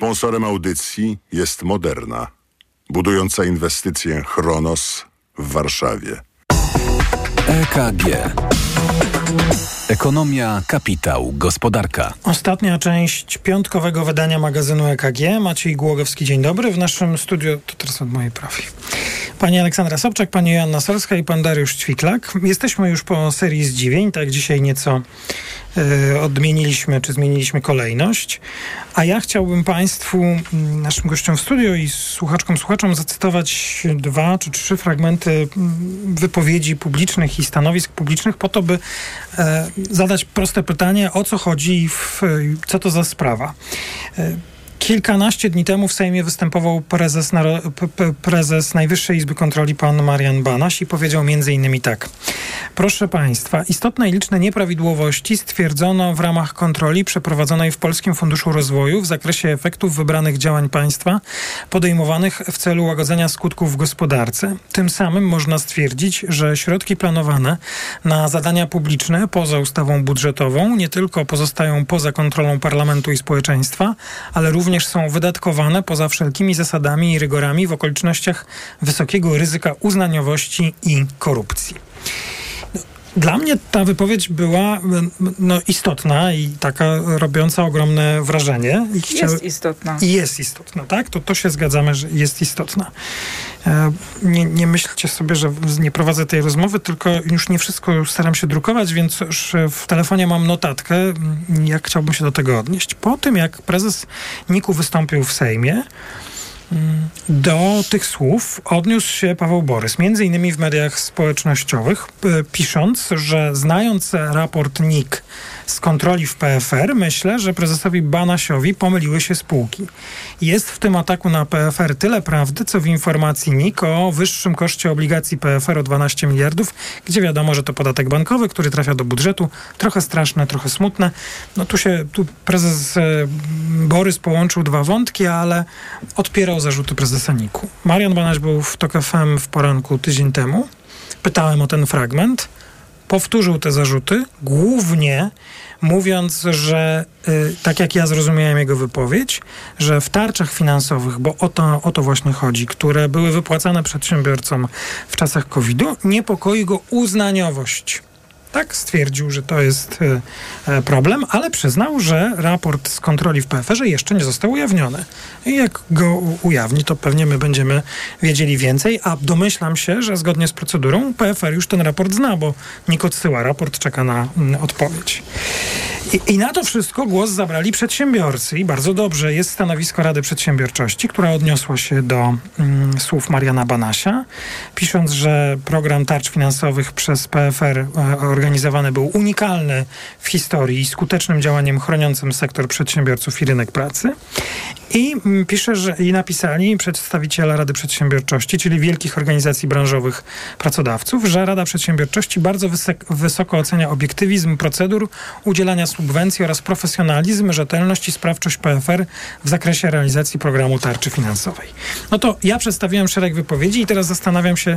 Sponsorem audycji jest Moderna, budująca inwestycję Chronos w Warszawie. E K G. Ekonomia, kapitał, gospodarka. Ostatnia część piątkowego wydania magazynu E K G. Maciej Głogowski, dzień dobry. W naszym studiu, to teraz od mojej prawej, pani Aleksandra Sobczak, pani Joanna Solska i pan Dariusz Ćwiklak. Jesteśmy już po serii zdziwień, tak dzisiaj nieco y, odmieniliśmy, czy zmieniliśmy kolejność. A ja chciałbym państwu, naszym gościom w studiu i słuchaczkom, słuchaczom zacytować dwa czy trzy fragmenty wypowiedzi publicznych i stanowisk publicznych po to, by e, zadać proste pytanie, o co chodzi i w, co to za sprawa. E, Kilkanaście dni temu w Sejmie występował prezes, prezes Najwyższej Izby Kontroli pan Marian Banaś i powiedział między innymi tak. Proszę państwa, istotne i liczne nieprawidłowości stwierdzono w ramach kontroli przeprowadzonej w Polskim Funduszu Rozwoju w zakresie efektów wybranych działań państwa podejmowanych w celu łagodzenia skutków w gospodarce. Tym samym można stwierdzić, że środki planowane na zadania publiczne poza ustawą budżetową nie tylko pozostają poza kontrolą parlamentu i społeczeństwa, ale również są wydatkowane poza wszelkimi zasadami i rygorami w okolicznościach wysokiego ryzyka uznaniowości i korupcji. Dla mnie ta wypowiedź była no, istotna i taka robiąca ogromne wrażenie. I chcia... Jest istotna. I jest istotna, tak? To, to się zgadzamy, że jest istotna. Nie, nie myślcie sobie, że nie prowadzę tej rozmowy, tylko już nie wszystko staram się drukować, więc już w telefonie mam notatkę, jak chciałbym się do tego odnieść. Po tym, jak prezes NIK-u wystąpił w Sejmie, do tych słów odniósł się Paweł Borys, między innymi w mediach społecznościowych, pisząc, że znając raport NIK z kontroli w P F R, myślę, że prezesowi Banasiowi pomyliły się spółki. Jest w tym ataku na P F R tyle prawdy, co w informacji NIK o wyższym koszcie obligacji P F R o dwanaście miliardów, gdzie wiadomo, że to podatek bankowy, który trafia do budżetu. Trochę straszne, trochę smutne. No tu się, tu prezes Borys połączył dwa wątki, ale odpierał zarzuty prezesa NIK-u. Marian Banaś był w TOK F M w poranku tydzień temu. Pytałem o ten fragment. Powtórzył te zarzuty, głównie mówiąc, że y, tak jak ja zrozumiałem jego wypowiedź, że w tarczach finansowych, bo o to, o to właśnie chodzi, które były wypłacane przedsiębiorcom w czasach kowida, niepokoi go uznaniowość. Tak, stwierdził, że to jest y, problem, ale przyznał, że raport z kontroli w P F R-ze jeszcze nie został ujawniony. I jak go ujawni, to pewnie my będziemy wiedzieli więcej, a domyślam się, że zgodnie z procedurą P F R już ten raport zna, bo NIK odsyła raport, czeka na y, odpowiedź. I, I na to wszystko głos zabrali przedsiębiorcy i bardzo dobrze jest stanowisko Rady Przedsiębiorczości, która odniosła się do y, słów Mariana Banasia, pisząc, że program tarcz finansowych przez P F R y, organizowany był unikalny w historii i skutecznym działaniem chroniącym sektor przedsiębiorców i rynek pracy. I pisze, że i napisali przedstawiciele Rady Przedsiębiorczości, czyli wielkich organizacji branżowych pracodawców, że Rada Przedsiębiorczości bardzo wysok, wysoko ocenia obiektywizm procedur udzielania subwencji oraz profesjonalizm, rzetelność i sprawczość P F R w zakresie realizacji programu tarczy finansowej. No to ja przedstawiłem szereg wypowiedzi i teraz zastanawiam się,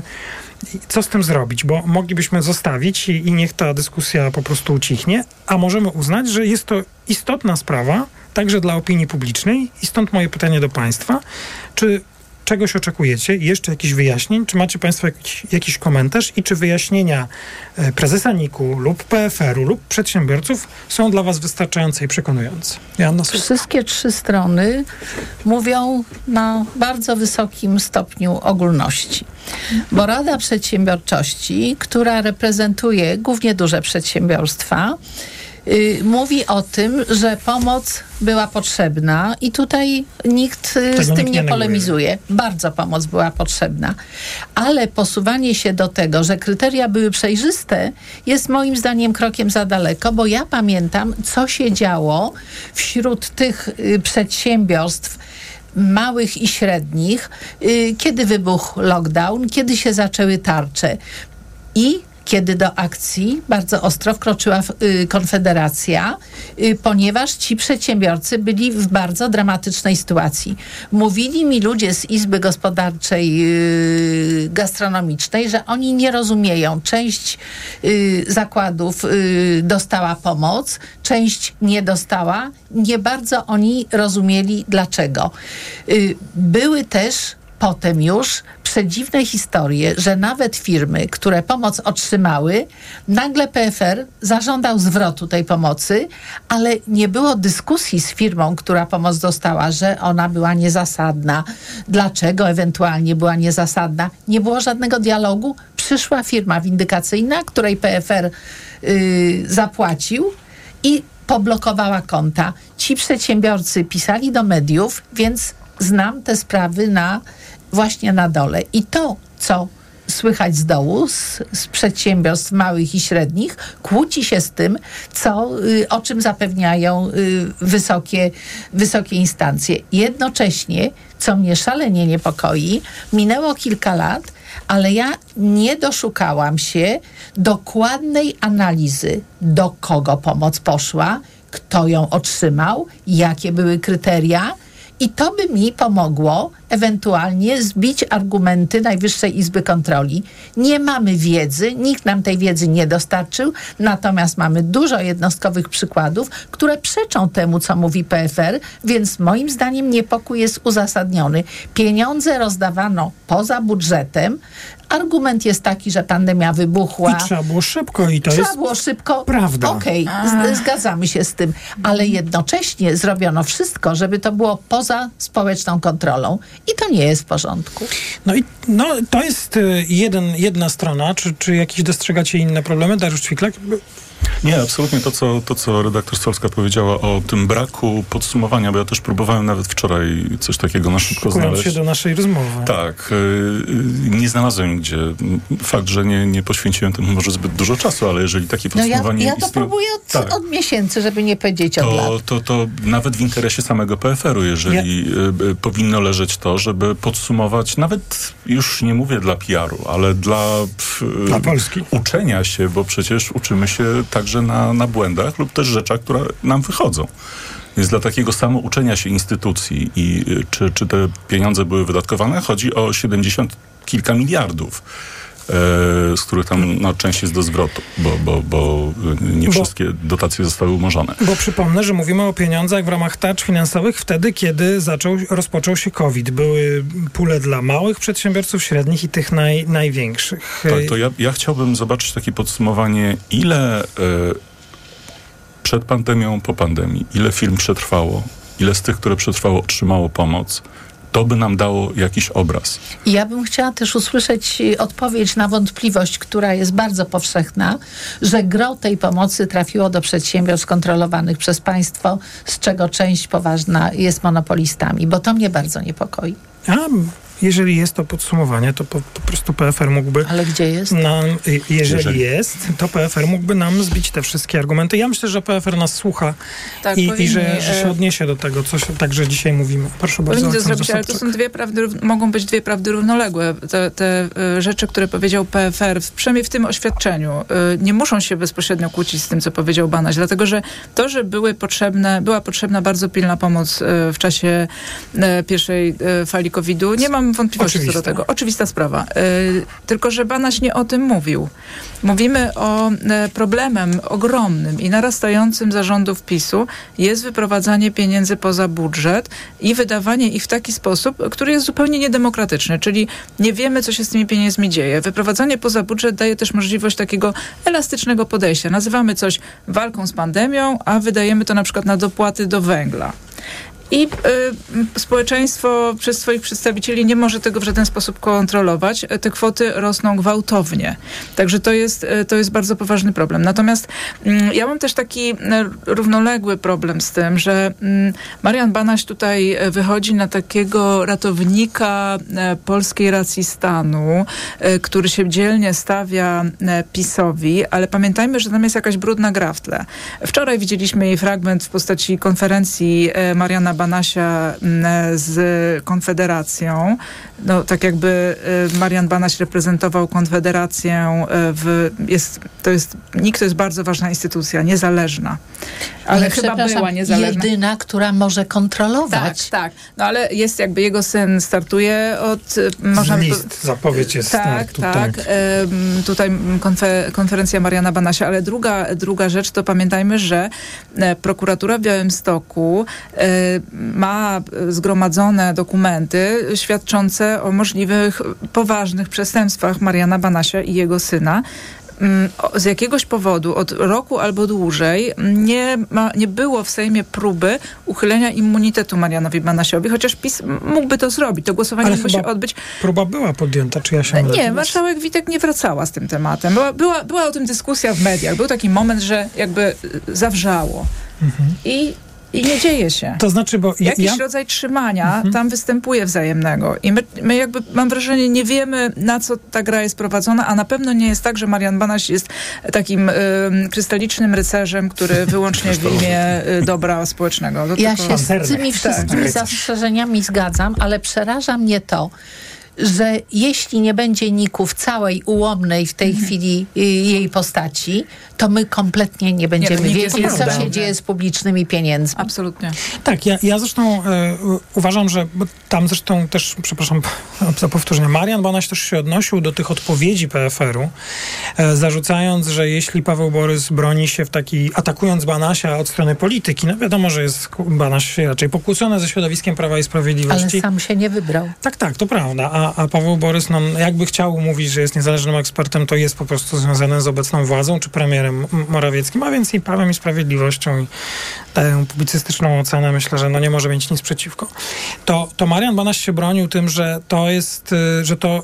co z tym zrobić, bo moglibyśmy zostawić i, i niech ta dyskusja po prostu ucichnie, a możemy uznać, że jest to istotna sprawa, także dla opinii publicznej i stąd moje pytanie do państwa, czy czegoś oczekujecie? Jeszcze jakichś wyjaśnień? Czy macie państwo jakiś, jakiś komentarz i czy wyjaśnienia prezesa NIK-u lub P F R-u lub przedsiębiorców są dla was wystarczające i przekonujące? Joanna Solska. Wszystkie trzy strony mówią na bardzo wysokim stopniu ogólności. Bo Rada Przedsiębiorczości, która reprezentuje głównie duże przedsiębiorstwa, Yy, mówi o tym, że pomoc była potrzebna i tutaj nikt Tego z tym nikt nie, nie polemizuje. Bardzo pomoc była potrzebna. Ale posuwanie się do tego, że kryteria były przejrzyste, jest moim zdaniem krokiem za daleko, bo ja pamiętam, co się działo wśród tych y, przedsiębiorstw małych i średnich, y, kiedy wybuchł lockdown, kiedy się zaczęły tarcze. I kiedy do akcji bardzo ostro wkroczyła y, Konfederacja, y, ponieważ ci przedsiębiorcy byli w bardzo dramatycznej sytuacji. Mówili mi ludzie z Izby Gospodarczej y, Gastronomicznej, że oni nie rozumieją. Część y, zakładów y, dostała pomoc, część nie dostała. Nie bardzo oni rozumieli dlaczego. Y, były też potem już przedziwne historie, że nawet firmy, które pomoc otrzymały, nagle P F R zażądał zwrotu tej pomocy, ale nie było dyskusji z firmą, która pomoc dostała, że ona była niezasadna, dlaczego ewentualnie była niezasadna. Nie było żadnego dialogu. Przyszła firma windykacyjna, której P F R yy, zapłacił i poblokowała konta. Ci przedsiębiorcy pisali do mediów, więc znam te sprawy na właśnie na dole. I to, co słychać z dołu, z, z przedsiębiorstw małych i średnich, kłóci się z tym, co, y, o czym zapewniają y, wysokie, wysokie instancje. Jednocześnie, co mnie szalenie niepokoi, minęło kilka lat, ale ja nie doszukałam się dokładnej analizy, do kogo pomoc poszła, kto ją otrzymał, jakie były kryteria. I to by mi pomogło ewentualnie zbić argumenty Najwyższej Izby Kontroli. Nie mamy wiedzy, nikt nam tej wiedzy nie dostarczył, natomiast mamy dużo jednostkowych przykładów, które przeczą temu, co mówi P F R, więc moim zdaniem niepokój jest uzasadniony. Pieniądze rozdawano poza budżetem. Argument jest taki, że pandemia wybuchła. I trzeba było szybko i to trzeba jest było szybko. Prawda. Okej, okay, zgadzamy się z tym, ale jednocześnie zrobiono wszystko, żeby to było poza społeczną kontrolą. I to nie jest w porządku. No i no, to jest jeden, jedna strona. Czy, czy jakieś dostrzegacie inne problemy? Dariusz Ćwiklak? Nie, absolutnie to co, to, co redaktor Stolska powiedziała o tym braku podsumowania, bo ja też próbowałem nawet wczoraj coś takiego na szybko Szykując znaleźć. się do naszej rozmowy. Tak. Yy, nie znalazłem nigdzie. Fakt, że nie, nie poświęciłem temu może zbyt dużo czasu, ale jeżeli takie podsumowanie no ja, ja to istnieje, próbuję od, tak. od miesięcy, żeby nie powiedzieć od lat. To, to, to nawet w interesie samego P F R-u, jeżeli ja. y, y, powinno leżeć to, żeby podsumować, nawet już nie mówię dla P R u, ale dla, y, dla Polski. Uczenia się, bo przecież uczymy się także na, na błędach lub też rzeczach, które nam wychodzą. Więc dla takiego samouczenia się instytucji i y, czy, czy te pieniądze były wydatkowane, chodzi o siedemdziesiąt kilka miliardów. Z których tam no, część jest do zwrotu, bo, bo, bo nie wszystkie bo, dotacje zostały umorzone. Bo przypomnę, że mówimy o pieniądzach w ramach tarcz finansowych wtedy, kiedy zaczął, rozpoczął się COVID. Były pule dla małych przedsiębiorców, średnich i tych naj, największych. Tak, to ja, ja chciałbym zobaczyć takie podsumowanie, ile y, przed pandemią, po pandemii, ile firm przetrwało, ile z tych, które przetrwało, otrzymało pomoc. To by nam dało jakiś obraz. I ja bym chciała też usłyszeć odpowiedź na wątpliwość, która jest bardzo powszechna, że gro tej pomocy trafiło do przedsiębiorstw kontrolowanych przez państwo, z czego część poważna jest monopolistami, bo to mnie bardzo niepokoi. A jeżeli jest to podsumowanie, to po, po prostu P F R mógłby... Ale gdzie jest? Nam, jeżeli, jeżeli jest, to P F R mógłby nam zbić te wszystkie argumenty. Ja myślę, że P F R nas słucha tak, i, powinni, i że, że się odniesie do tego, co się także dzisiaj mówimy. Proszę bardzo. Powinni to zrobić, ale to są dwie prawdy, mogą być dwie prawdy równoległe. Te, te rzeczy, które powiedział P F R, przynajmniej w tym oświadczeniu, nie muszą się bezpośrednio kłócić z tym, co powiedział Banaś, dlatego, że to, że były potrzebne, była potrzebna bardzo pilna pomoc w czasie pierwszej fali kowida, nie mam wątpliwości co do tego. Oczywista sprawa. Yy, tylko, że Banaś nie o tym mówił. Mówimy o e, problemem ogromnym i narastającym zarządów PiSu jest wyprowadzanie pieniędzy poza budżet i wydawanie ich w taki sposób, który jest zupełnie niedemokratyczny, czyli nie wiemy, co się z tymi pieniędzmi dzieje. Wyprowadzanie poza budżet daje też możliwość takiego elastycznego podejścia. Nazywamy coś walką z pandemią, a wydajemy to na przykład na dopłaty do węgla. I y, społeczeństwo przez swoich przedstawicieli nie może tego w żaden sposób kontrolować. Te kwoty rosną gwałtownie. Także to jest, to jest bardzo poważny problem. Natomiast y, ja mam też taki y, równoległy problem z tym, że y, Marian Banaś tutaj wychodzi na takiego ratownika y, polskiej racji stanu, y, który się dzielnie stawia y, PiS-owi, ale pamiętajmy, że tam jest jakaś brudna gra w tle. Wczoraj widzieliśmy jej fragment w postaci konferencji y, Mariana Banasia z Konfederacją. No, tak jakby Marian Banaś reprezentował Konfederację w... Jest, to jest, N I K to jest bardzo ważna instytucja, niezależna. Ale, ale chyba była niezależna. Jedyna, która może kontrolować. Tak, tak. No ale jest jakby jego syn startuje od... Można list, to, zapowiedź jest tak, startu. Tak, tak. Ym, tutaj konfer, konferencja Mariana Banasia, ale druga, druga rzecz to pamiętajmy, że prokuratura w Białymstoku y, ma zgromadzone dokumenty świadczące o możliwych poważnych przestępstwach Mariana Banasia i jego syna. Z jakiegoś powodu od roku albo dłużej nie, ma, nie było w Sejmie próby uchylenia immunitetu Marianowi Banasiowi, chociaż PiS mógłby to zrobić. To głosowanie ale mógłby się odbyć. Próba była podjęta, czy ja się mylę? Nie, marszałek Witek nie wracała z tym tematem. Była, była, była o tym dyskusja w mediach. Był taki moment, że jakby zawrzało. Mhm. I I nie dzieje się. To znaczy, bo Jakiś ja... rodzaj trzymania mhm. tam występuje wzajemnego. I my, my jakby, mam wrażenie, nie wiemy, na co ta gra jest prowadzona, a na pewno nie jest tak, że Marian Banaś jest takim y, krystalicznym rycerzem, który wyłącznie w imię y, dobra społecznego. To ja się z tymi wszystkimi tak. zastrzeżeniami zgadzam, ale przeraża mnie to, że jeśli nie będzie N I K-u w całej ułomnej w tej mhm. chwili y, jej postaci, to my kompletnie nie będziemy nie, wiedzieć, co się dzieje z publicznymi pieniędzmi. Absolutnie. Tak, ja, ja zresztą e, uważam, że tam zresztą też, przepraszam za powtórzenie, Marian Banaś też się odnosił do tych odpowiedzi P F er u, e, zarzucając, że jeśli Paweł Borys broni się w taki, atakując Banasia od strony polityki, no wiadomo, że jest Banaś raczej pokłócony ze środowiskiem Prawa i Sprawiedliwości. Ale sam się nie wybrał. Tak, tak, to prawda. A, a Paweł Borys, no, jakby chciał mówić, że jest niezależnym ekspertem, to jest po prostu związany z obecną władzą, czy premierem Morawieckim, a więc i Prawem i Sprawiedliwością i tę publicystyczną ocenę, myślę, że no nie może mieć nic przeciwko. To, to Marian Banaś się bronił tym, że to jest, że to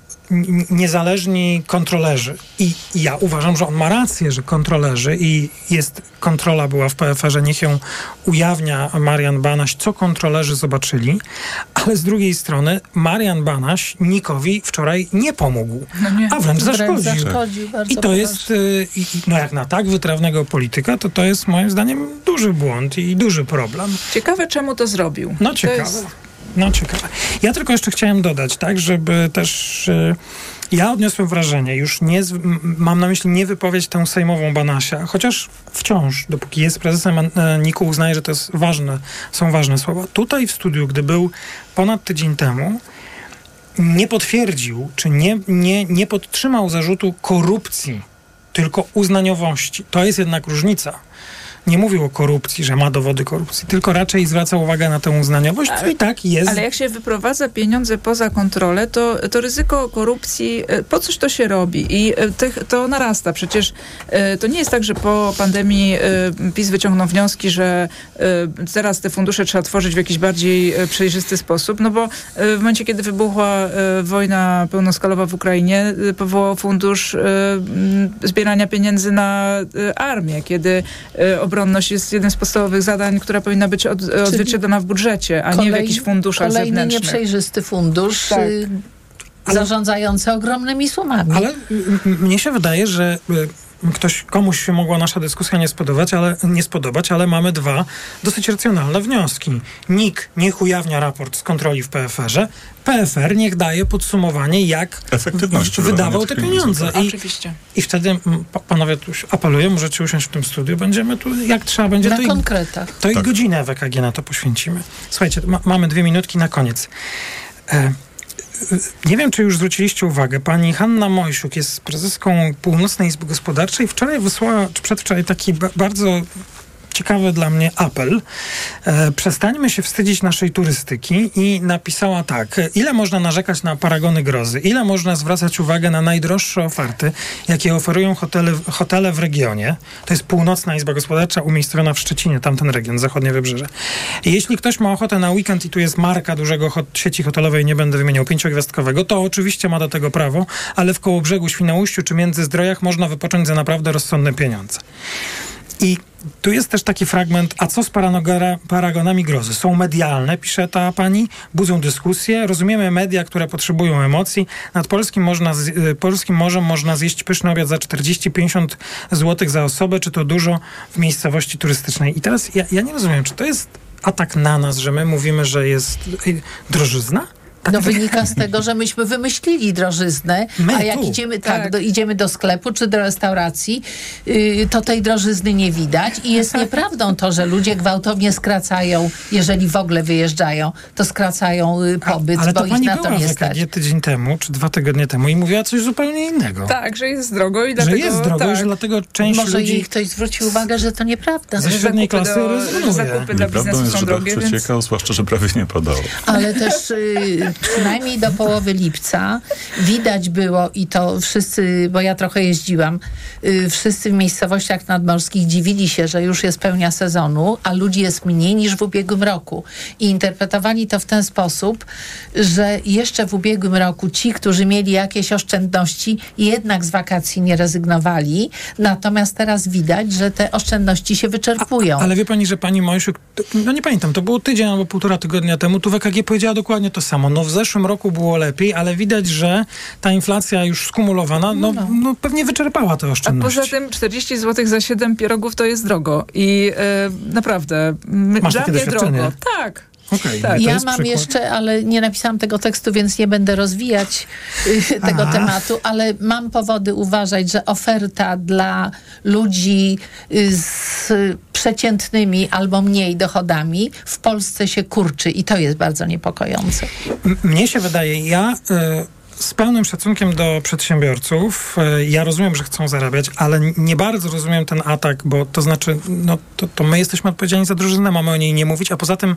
niezależni kontrolerzy. I ja uważam, że on ma rację, że kontrolerzy i jest, kontrola była w P F er-ze, niech ją ujawnia Marian Banaś, co kontrolerzy zobaczyli, ale z drugiej strony Marian Banaś Nikowi wczoraj nie pomógł, no nie. a wręcz zaszkodził. zaszkodził I to jest, i, no jak na tak wytrawnego polityka, to to jest moim zdaniem duży błąd i duży problem. Ciekawe, czemu to zrobił. No ciekawe. Jest... No ciekawe. Ja tylko jeszcze chciałem dodać, tak, żeby też... Yy, ja odniosłem wrażenie, już nie, z, mam na myśli nie wypowiedź tę sejmową Banasia, chociaż wciąż, dopóki jest prezesem N I K-u, uznaje, że to jest ważne, są ważne słowa. Tutaj w studiu, gdy był ponad tydzień temu, nie potwierdził, czy nie, nie, nie podtrzymał zarzutu korupcji, tylko uznaniowości. To jest jednak różnica. Nie mówił o korupcji, że ma dowody korupcji, tylko raczej zwraca uwagę na tę uznaniowość, co i tak jest. Ale jak się wyprowadza pieniądze poza kontrolę, to, to ryzyko korupcji, po coś to się robi? I te, to narasta. Przecież to nie jest tak, że po pandemii PiS wyciągnął wnioski, że teraz te fundusze trzeba tworzyć w jakiś bardziej przejrzysty sposób, no bo w momencie, kiedy wybuchła wojna pełnoskalowa w Ukrainie, powołał fundusz zbierania pieniędzy na armię, kiedy obronność jest jednym z podstawowych zadań, która powinna być od, odzwierciedlona w budżecie, a kolej, nie w jakichś funduszach kolejny zewnętrznych. Kolejny nieprzejrzysty fundusz tak. y, zarządzający ogromnymi sumami. Ale m- mnie się wydaje, że y, ktoś, komuś się mogła nasza dyskusja nie spodobać, ale, nie spodobać, ale mamy dwa dosyć racjonalne wnioski. N I K niech ujawnia raport z kontroli w P F er-ze, P F er niech daje podsumowanie, jak wydawał te pieniądze. I, Oczywiście. I wtedy, panowie, tu apeluję, możecie usiąść w tym studiu, będziemy tu, jak trzeba będzie, na to, konkretach. I, to tak. i godzinę w E K G na to poświęcimy. Słuchajcie, ma, mamy dwie minutki na koniec. E, Nie wiem, czy już zwróciliście uwagę, pani Hanna Mojsiuk jest prezeską Północnej Izby Gospodarczej. Wczoraj wysłała, czy przedwczoraj, taki ba- bardzo ciekawy dla mnie apel. E, przestańmy się wstydzić naszej turystyki i napisała tak. Ile można narzekać na paragony grozy? Ile można zwracać uwagę na najdroższe oferty, jakie oferują hotele, hotele w regionie? To jest Północna Izba Gospodarcza umiejscowiona w Szczecinie, tamten region, zachodnie wybrzeże. I jeśli ktoś ma ochotę na weekend i tu jest marka dużego hot- sieci hotelowej, nie będę wymieniał, pięciogwiazdkowego, to oczywiście ma do tego prawo, ale w Kołobrzegu, Świnoujściu czy Międzyzdrojach można wypocząć za naprawdę rozsądne pieniądze. I tu jest też taki fragment, a co z paragonami grozy? Są medialne, pisze ta pani, budzą dyskusję. Rozumiemy media, które potrzebują emocji. Nad polskim, można z, polskim morzem można zjeść pyszny obiad za czterdzieści pięćdziesiąt złotych za osobę, czy to dużo w miejscowości turystycznej. I teraz ja, ja nie rozumiem, czy to jest atak na nas, że my mówimy, że jest drożyzna? No wynika z tego, że myśmy wymyślili drożyznę, My a jak tu. idziemy tak, Tak. Do, idziemy do sklepu czy do restauracji, yy, to tej drożyzny nie widać i jest nieprawdą to, że ludzie gwałtownie skracają, jeżeli w ogóle wyjeżdżają, to skracają y, pobyt, A, ale bo to ich pani na to była nie w stać. E K G tydzień temu, czy dwa tygodnie temu i mówiła coś zupełnie innego. Tak, że jest drogo i Że dlatego... jest drogo tak. i że dlatego część Może ludzi jej ktoś zwrócił uwagę, że to nieprawda. ze średniej klasy do- rezygnuje. zakupy dla Nieprawdą biznesu jest, są że dach drogie, więc... przeciekał, zwłaszcza, że prawie nie padało. Ale też y, przynajmniej do połowy lipca widać było i to wszyscy, bo ja trochę jeździłam, y, wszyscy w miejscowościach nadmorskich dziwili się, że już jest pełnia sezonu, a ludzi jest mniej niż w ubiegłym roku. I interpretowali to w ten sposób, że jeszcze w ubiegłym roku ci, którzy mieli jakieś oszczędności, jednak z wakacji nie rezygnowali, natomiast teraz widać, że te oszczędności się wyczerpują. Ale wie pani, że pani Mojsiuk, no nie pamiętam, to było tydzień albo półtora tygodnia temu, tu w E K G powiedziała dokładnie to samo. No w zeszłym roku było lepiej, ale widać, że ta inflacja już skumulowana, no, no. no pewnie wyczerpała te A oszczędności. poza tym czterdzieści złotych za siedem pierogów to jest drogo. I e, naprawdę, m, Masz dla takie mnie doświadczenie? drogo. Tak. Okay, Tak. Ja jest mam przykład. jeszcze, ale nie napisałam tego tekstu, więc nie będę rozwijać y, tego Aha. tematu, ale mam powody uważać, że oferta dla ludzi y, z przeciętnymi albo mniej dochodami w Polsce się kurczy i to jest bardzo niepokojące. M- Mnie się wydaje, ja... Y- z pełnym szacunkiem do przedsiębiorców, y, ja rozumiem, że chcą zarabiać, ale nie bardzo rozumiem ten atak, bo to znaczy, no to, to my jesteśmy odpowiedzialni za drożyznę, mamy o niej nie mówić, a poza tym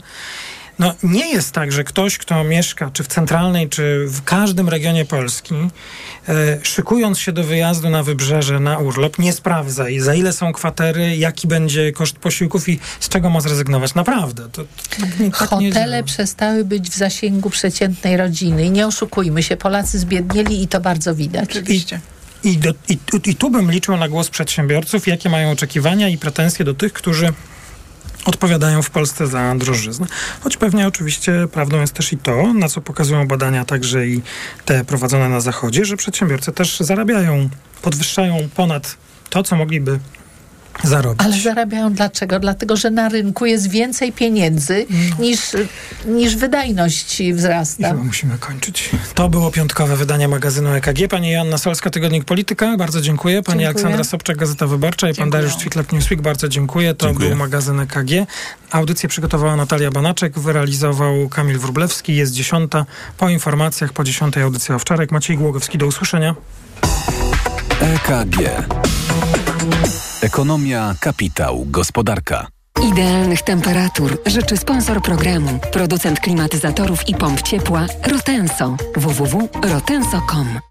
no nie jest tak, że ktoś, kto mieszka czy w centralnej, czy w każdym regionie Polski, e, szykując się do wyjazdu na wybrzeże, na urlop, nie sprawdza i za ile są kwatery, jaki będzie koszt posiłków i z czego ma zrezygnować. Naprawdę. To, to tak nie, tak nie Hotele działa. przestały być w zasięgu przeciętnej rodziny i nie oszukujmy się, Polacy zbiednieli i to bardzo widać. Oczywiście. I, do, i, tu- I tu bym liczył na głos przedsiębiorców, jakie mają oczekiwania i pretensje do tych, którzy odpowiadają w Polsce za drożyznę. Choć pewnie oczywiście prawdą jest też i to, na co pokazują badania także i te prowadzone na Zachodzie, że przedsiębiorcy też zarabiają, podwyższają ponad to, co mogliby zarobić. Ale zarabiają dlaczego? Dlatego, że na rynku jest więcej pieniędzy No. niż, niż wydajność I wzrasta. chyba musimy kończyć. To było piątkowe wydanie magazynu E K G. Pani Joanna Solska, Tygodnik Polityka, bardzo dziękuję. Pani Dziękuję. Aleksandra Sobczak, Gazeta Wyborcza i pan Dziękuję. Dariusz Ćwiklak, Newsweek, bardzo dziękuję. To Dziękuję. był magazyn E K G. Audycję przygotowała Natalia Banaczek, wyrealizował Kamil Wróblewski. Jest dziesiąta. Po informacjach po dziesiątej audycja Owczarek. Maciej Głogowski, do usłyszenia. E K G. Ekonomia, kapitał, gospodarka. Idealnych temperatur życzy sponsor programu, producent klimatyzatorów i pomp ciepła Rotenso. w w w kropka rotenso kropka com.